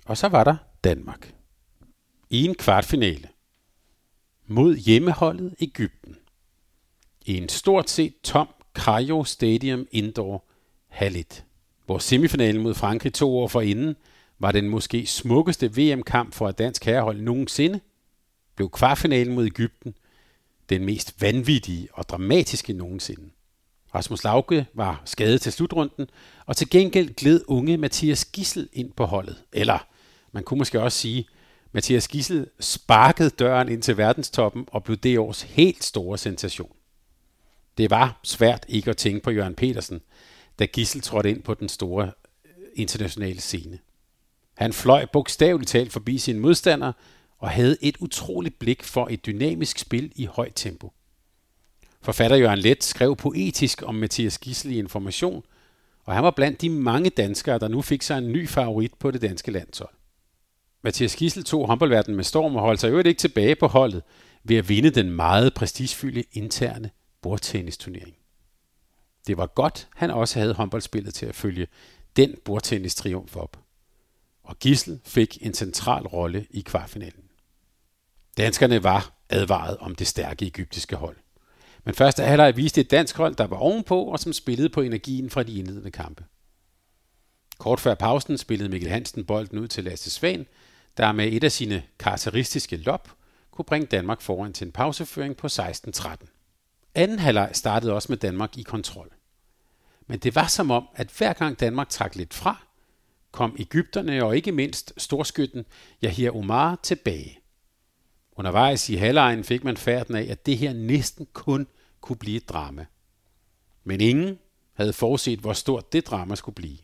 Og så var der Danmark. I en kvartfinale. Mod hjemmeholdet Egypten. I en stort set tom Cairo Stadium Indoor Hal 1. Hvor semifinalen mod Frankrig 2 år forinden var den måske smukkeste VM-kamp for et dansk herrehold nogensinde, blev kvartfinalen mod Egypten den mest vanvittige og dramatiske nogensinde. Rasmus Lauke var skadet til slutrunden, og til gengæld gled unge Mathias Gidsel ind på holdet. Eller man kunne måske også sige, Mathias Gidsel sparkede døren ind til verdenstoppen og blev det års helt store sensation. Det var svært ikke at tænke på Jørgen Petersen, da Gidsel trådte ind på den store internationale scene. Han fløj bogstaveligt talt forbi sine modstandere og havde et utroligt blik for et dynamisk spil i højt tempo. Forfatter Jørgen Leth skrev poetisk om Mathias Gidsel i Information, og han var blandt de mange danskere, der nu fik sig en ny favorit på det danske landshold. Mathias Gidsel tog håndboldverdenen med storm og holdt sig øvrigt ikke tilbage på holdet ved at vinde den meget prestigefyldte interne bordtennisturnering. Det var godt, han også havde håndboldspillet til at følge den bordtennistriumf op. Og Gidsel fik en central rolle i kvartfinalen. Danskerne var advaret om det stærke egyptiske hold. Men første halvleg viste et dansk hold, der var ovenpå og som spillede på energien fra de indledende kampe. Kort før pausen spillede Mikkel Hansen bolden ud til Lasse Svahn, der med et af sine karakteristiske lob kunne bringe Danmark foran til en pauseføring på 16-13. Anden halvleg startede også med Danmark i kontrol. Men det var som om, at hver gang Danmark trak lidt fra, kom egypterne og ikke mindst storskytten Yahya Omar tilbage. Undervejs i halvlegen fik man færden af, at det her næsten kun kunne blive et drama. Men ingen havde forudset, hvor stort det drama skulle blive.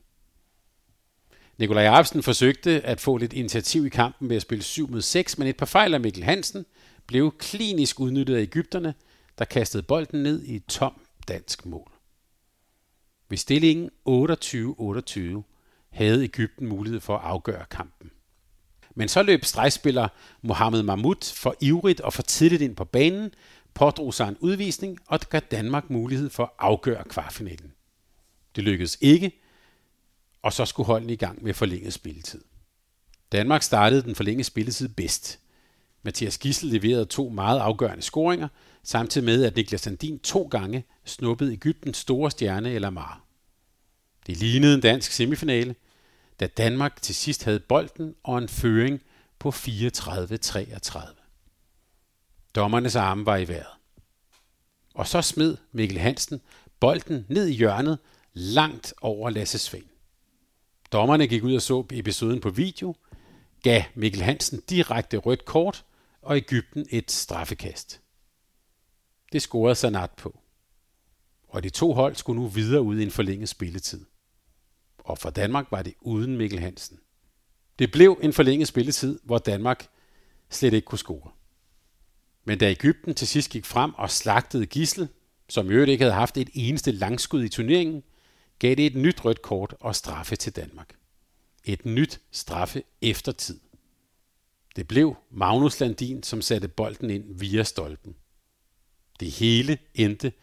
Nikolaj Arvesen forsøgte at få lidt initiativ i kampen ved at spille 7-6, men et par fejl af Mikkel Hansen blev klinisk udnyttet af egypterne, der kastede bolden ned i et tom dansk mål. Ved stillingen 28-28 havde Egypten mulighed for at afgøre kampen. Men så løb stregspiller Mohamed Mahmoud for ivrigt og for tidligt ind på banen, pådrog sig en udvisning og gav Danmark mulighed for at afgøre kvartfinalen. Det lykkedes ikke, og så skulle holdene i gang med forlænget spilletid. Danmark startede den forlængede spilletid bedst. Mathias Gidsel leverede 2 meget afgørende scoringer, samtidig med at Niklas Landin 2 gange snuppede Egyptens store stjerne El Amar. Det lignede en dansk semifinale, da Danmark til sidst havde bolden og en føring på 34-33. Dommernes arme var i vejret. Og så smed Mikkel Hansen bolden ned i hjørnet langt over Lasse Svahn. Dommerne gik ud og så episoden på video, gav Mikkel Hansen direkte rødt kort og Egypten et straffekast. Det scorede Sanat på. Og de 2 hold skulle nu videre ud i en forlænget spilletid. Og for Danmark var det uden Mikkel Hansen. Det blev en forlænget spilletid, hvor Danmark slet ikke kunne score. Men da Egypten til sidst gik frem og slagtede Gidsel, som i øvrigt ikke havde haft et eneste langskud i turneringen, gav det et nyt rødt kort og straffe til Danmark. Et nyt straffe efter tid. Det blev Magnus Landin, som satte bolden ind via stolpen. Det hele endte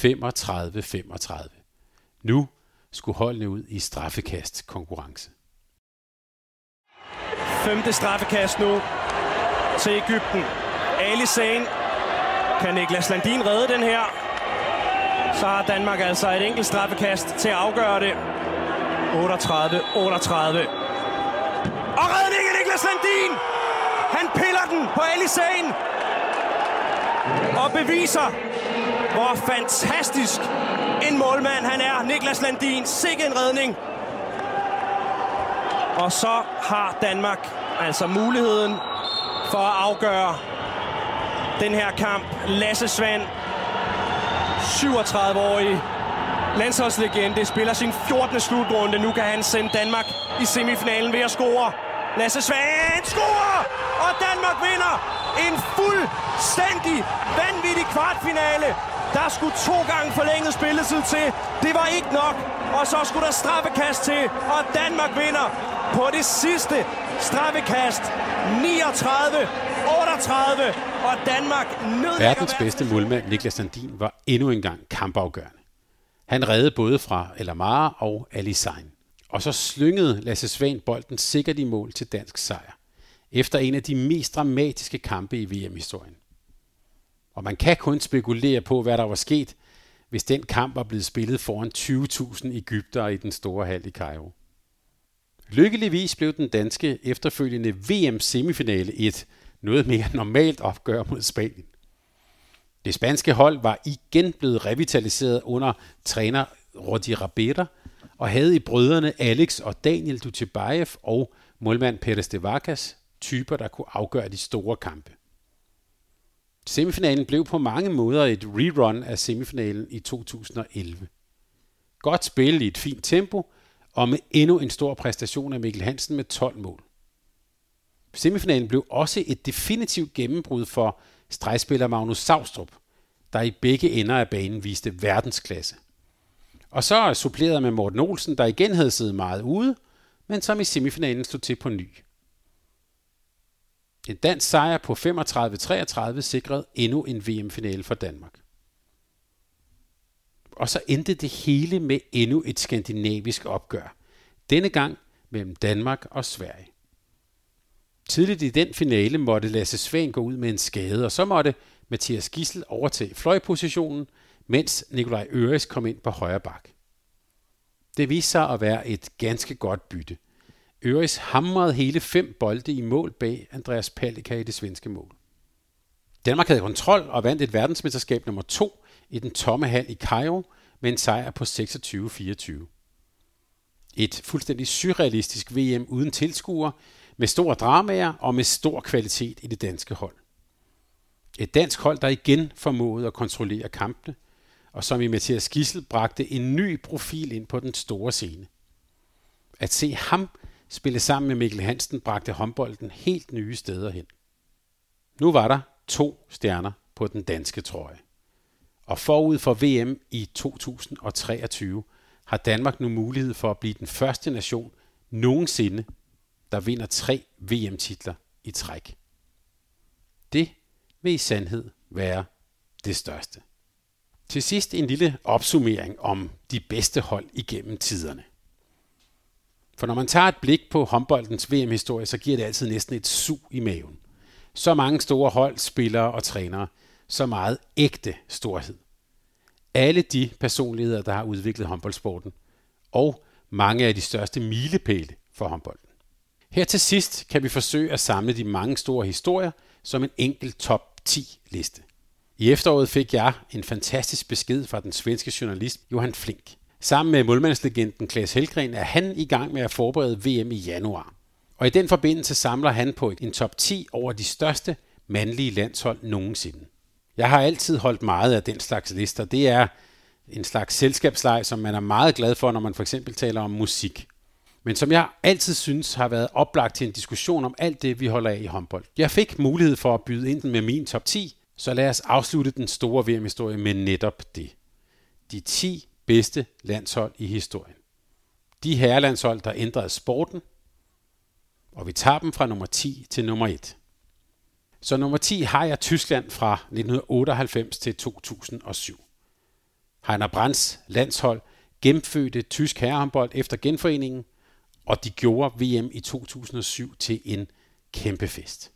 35-35. Nu skulle holdene ud i straffekast-konkurrence.
5. straffekast nu til Egypten. Ali Zayn. Kan Niklas Landin redde den her? Så har Danmark altså et enkelt straffekast til at afgøre det. 38-38. Og redningen Niklas Landin! Han piller den på Ali Zayn og beviser, hvor fantastisk en målmand han er. Niklas Landin, sikke en redning. Og så har Danmark altså muligheden for at afgøre den her kamp. Lasse Svahn, 37-årig landsholdslegende, spiller sin 14. slutrunde. Nu kan han sende Danmark i semifinalen ved at score. Lasse Svahn scorer, og Danmark vinder en fuldstændig vanvittig kvartfinale. Der skulle 2 gange forlænget spilletid til. Det var ikke nok, og så skulle der straffekast til, og Danmark vinder på det sidste straffekast. 39-38, og Danmark nødlægger.
Verdens bedste målmand Niklas Landin var endnu engang kampafgørende. Han reddede både fra El Amar og Ali Zayn. Og så slyngede Lasse Svahn bolden sikkert i mål til dansk sejr, efter en af de mest dramatiske kampe i VM-historien. Og man kan kun spekulere på, hvad der var sket, hvis den kamp var blevet spillet foran 20.000 egyptere i den store hal i Kairo. Lykkeligvis blev den danske efterfølgende VM-semifinale et noget mere normalt opgør mod Spanien. Det spanske hold var igen blevet revitaliseret under træner Rodi Rabera og havde i brødrene Alex og Daniel Dutjebaev og målmand Pérez de Vargas typer, der kunne afgøre de store kampe. Semifinalen blev på mange måder et rerun af semifinalen i 2011. Godt spil i et fint tempo, og med endnu en stor præstation af Mikkel Hansen med 12 mål. Semifinalen blev også et definitivt gennembrud for stregspiller Magnus Saustrup, der i begge ender af banen viste verdensklasse. Og så suppleret med Morten Olsen, der igen havde siddet meget ude, men som i semifinalen slog til på ny. En dansk sejr på 35-33 sikrede endnu en VM-finale for Danmark. Og så endte det hele med endnu et skandinavisk opgør. Denne gang mellem Danmark og Sverige. Tidligt i den finale måtte Lasse Svahn gå ud med en skade, og så måtte Mathias Gidsel overtage fløjpositionen, mens Nikolaj Øres kom ind på højre bak. Det viste sig at være et ganske godt bytte. Øres hamrede hele 5 bolde i mål bag Andreas Palicka i det svenske mål. Danmark havde kontrol og vandt et verdensmesterskab nummer 2 i den tomme hal i Kairo med en sejr på 26-24. Et fuldstændig surrealistisk VM uden tilskuere, med store dramaer og med stor kvalitet i det danske hold. Et dansk hold, der igen formåede at kontrollere kampene, og som i Mathias Gidsel bragte en ny profil ind på den store scene. At se ham spille sammen med Mikkel Hansen bragte håndbolden helt nye steder hen. Nu var der 2 stjerner på den danske trøje. Og forud for VM i 2023 har Danmark nu mulighed for at blive den første nation nogensinde, der vinder 3 VM-titler i træk. Det vil i sandhed være det største. Til sidst en lille opsummering om de bedste hold igennem tiderne. For når man tager et blik på håndboldens VM-historie, så giver det altid næsten et sug i maven. Så mange store hold, spillere og trænere. Så meget ægte storhed. Alle de personligheder, der har udviklet håndboldsporten. Og mange af de største milepæle for håndbolden. Her til sidst kan vi forsøge at samle de mange store historier som en enkelt top 10 liste. I efteråret fik jeg en fantastisk besked fra den svenske journalist Johan Flink. Sammen med målmandslegenden Claes Hellgren er han i gang med at forberede VM i januar. Og i den forbindelse samler han på en top 10 over de største mandlige landshold nogensinde. Jeg har altid holdt meget af den slags lister. Det er en slags selskabsleg, som man er meget glad for, når man for eksempel taler om musik. Men som jeg altid synes har været oplagt til en diskussion om alt det, vi holder af i håndbold. Jeg fik mulighed for at byde ind med min top 10, så lad os afslutte den store VM-historie med netop det. De 10 bedste landshold i historien. De herrelandshold, der ændrede sporten, og vi tager dem fra nummer 10 til nummer 1. Så nummer 10 har jeg Tyskland fra 1998 til 2007. Heiner Brands landshold gennemfødte tysk herrehåndbold efter genforeningen, og de gjorde VM i 2007 til en kæmpe fest.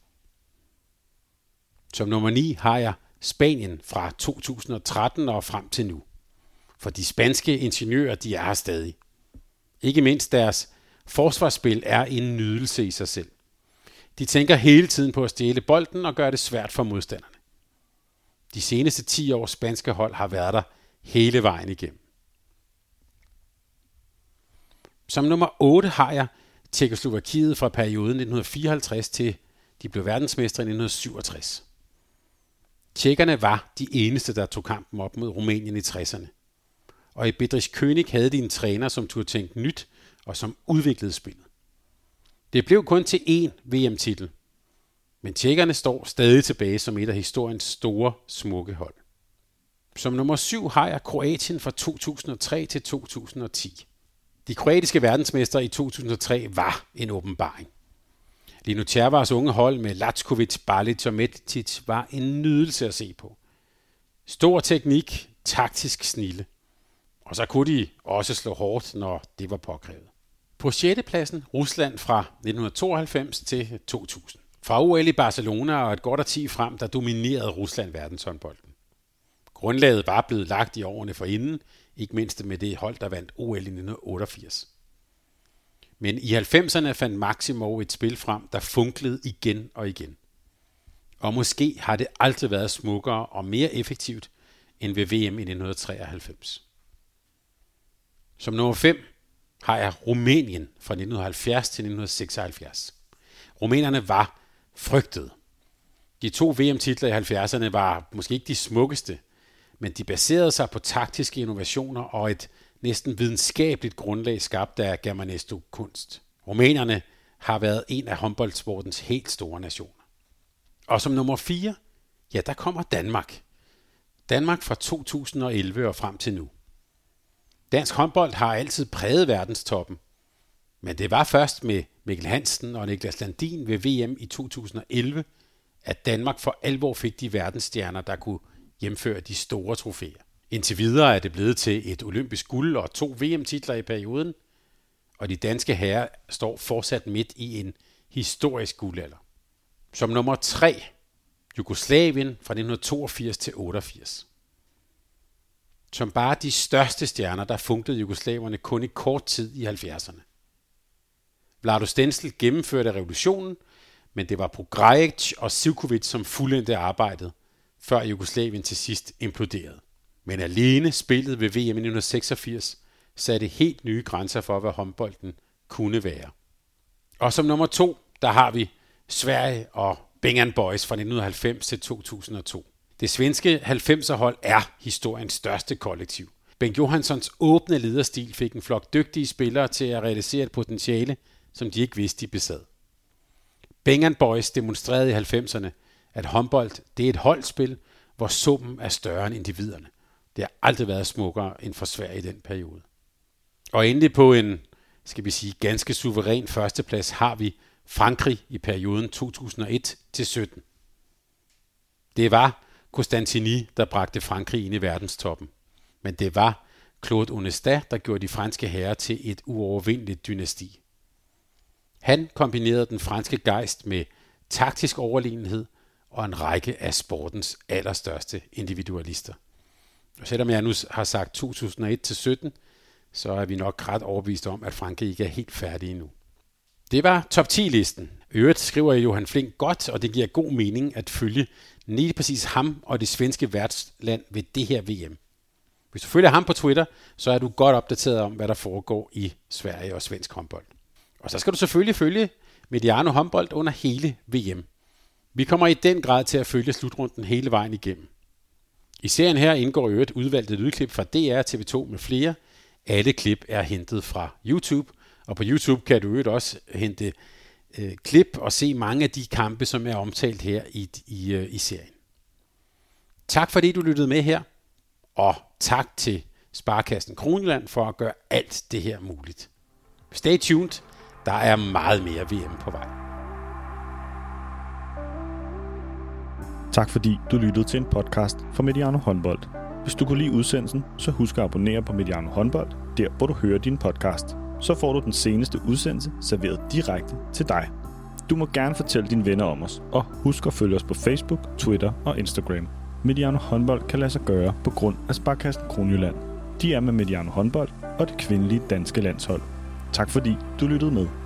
Som nummer 9 har jeg Spanien fra 2013 og frem til nu. For de spanske ingeniører, de er her stadig. Ikke mindst deres forsvarsspil er en nydelse i sig selv. De tænker hele tiden på at stjæle bolden og gøre det svært for modstanderne. De seneste 10 års spanske hold har været der hele vejen igennem. Som nummer 8 har jeg Tjekkoslovakiet fra perioden 1954 til de blev verdensmestre i 1967. Tjekkerne var de eneste, der tog kampen op mod Rumænien i 60'erne. Og i Bedřich König havde de en træner, som turde tænke nyt og som udviklede spillet. Det blev kun til 1 VM-titel, men tjekkerne står stadig tilbage som et af historiens store, smukke hold. Som nummer 7 har jeg Kroatien fra 2003 til 2010. De kroatiske verdensmestre i 2003 var en åbenbaring. Lino Červars unge hold med Lackovic, Balic og Metic var en nydelse at se på. Stor teknik, taktisk snilde. Og så kunne de også slå hårdt, når det var påkrævet. På 6. pladsen Rusland fra 1992 til 2000. Fra OL i Barcelona og et godt årti frem, der dominerede Rusland verdenshåndbolden. Grundlaget var blevet lagt i årene forinden, ikke mindst med det hold, der vandt OL i 1988. Men i 90'erne fandt Maximov et spil frem, der funklede igen og igen. Og måske har det aldrig været smukkere og mere effektivt end ved VM i 1993. Som nummer 5 har jeg Rumænien fra 1970 til 1976. Rumænerne var frygtede. De 2 VM-titler i 70'erne var måske ikke de smukkeste, men de baserede sig på taktiske innovationer og et næsten videnskabeligt grundlag skabt af Germanesto-kunst. Rumænerne har været en af håndboldsportens helt store nationer. Og som nummer 4, ja, der kommer Danmark. Danmark fra 2011 og frem til nu. Dansk håndbold har altid præget verdenstoppen, men det var først med Mikkel Hansen og Niklas Landin ved VM i 2011, at Danmark for alvor fik de verdensstjerner, der kunne hjemføre de store trofæer. Indtil videre er det blevet til et olympisk guld og 2 VM-titler i perioden, og de danske herrer står fortsat midt i en historisk guldalder. Som nummer 3, Jugoslavien fra 1982 til 88. Som bare de største stjerner, der funklede jugoslaverne kun i kort tid i 70'erne. Vlado Stensel gennemførte revolutionen, men det var Pograjic og Sivkovic, som fuldendte arbejdet, før Jugoslavien til sidst imploderede. Men alene spillet ved VM i 1986 satte helt nye grænser for, hvad håndbolden kunne være. Og som nummer 2, der har vi Sverige og Bengan Boys fra 1990 til 2002. Det svenske 90'er-hold er historiens største kollektiv. Bengt Johanssons åbne lederstil fik en flok dygtige spillere til at realisere et potentiale, som de ikke vidste, de besad. Bengan Boys demonstrerede i 90'erne, at håndbold det er et holdspil, hvor summen er større end individerne. Det har aldrig været smukkere end for Sverige i den periode. Og endelig på en, skal vi sige, ganske suveræn førsteplads har vi Frankrig i perioden 2001 til 17. Det var Constantini, der bragte Frankrig ind i verdenstoppen. Men det var Claude Onesta, der gjorde de franske herrer til et uovervindeligt dynasti. Han kombinerede den franske gejst med taktisk overlegenhed og en række af sportens allerstørste individualister. Og selvom jeg nu har sagt 2001 til 17, så er vi nok ret overbevist om, at Frankrig ikke er helt færdig endnu. Det var top 10-listen. Øvrigt skriver Johan Flink godt, og det giver god mening at følge lige præcis ham og det svenske værtsland ved det her VM. Hvis du følger ham på Twitter, så er du godt opdateret om, hvad der foregår i Sverige og svensk håndbold. Og så skal du selvfølgelig følge Mediano håndbold under hele VM. Vi kommer i den grad til at følge slutrunden hele vejen igennem. I serien her indgår øvrigt udvalgte lydklip fra DR, TV2 med flere. Alle klip er hentet fra YouTube, og på YouTube kan du øvrigt også hente klip og se mange af de kampe, som er omtalt her i serien. Tak fordi du lyttede med her, og tak til Sparkassen Kronjylland for at gøre alt det her muligt. Stay tuned, der er meget mere VM på vej.
Tak fordi du lyttede til en podcast fra Mediano Håndbold. Hvis du kunne lide udsendelsen, så husk at abonnere på Mediano Håndbold, der hvor du hører din podcast. Så får du den seneste udsendelse serveret direkte til dig. Du må gerne fortælle dine venner om os, og husk at følge os på Facebook, Twitter og Instagram. Mediano Håndbold kan lade sig gøre på grund af Sparkassen Kronjylland. De er med Mediano Håndbold og det kvindelige danske landshold. Tak fordi du lyttede med.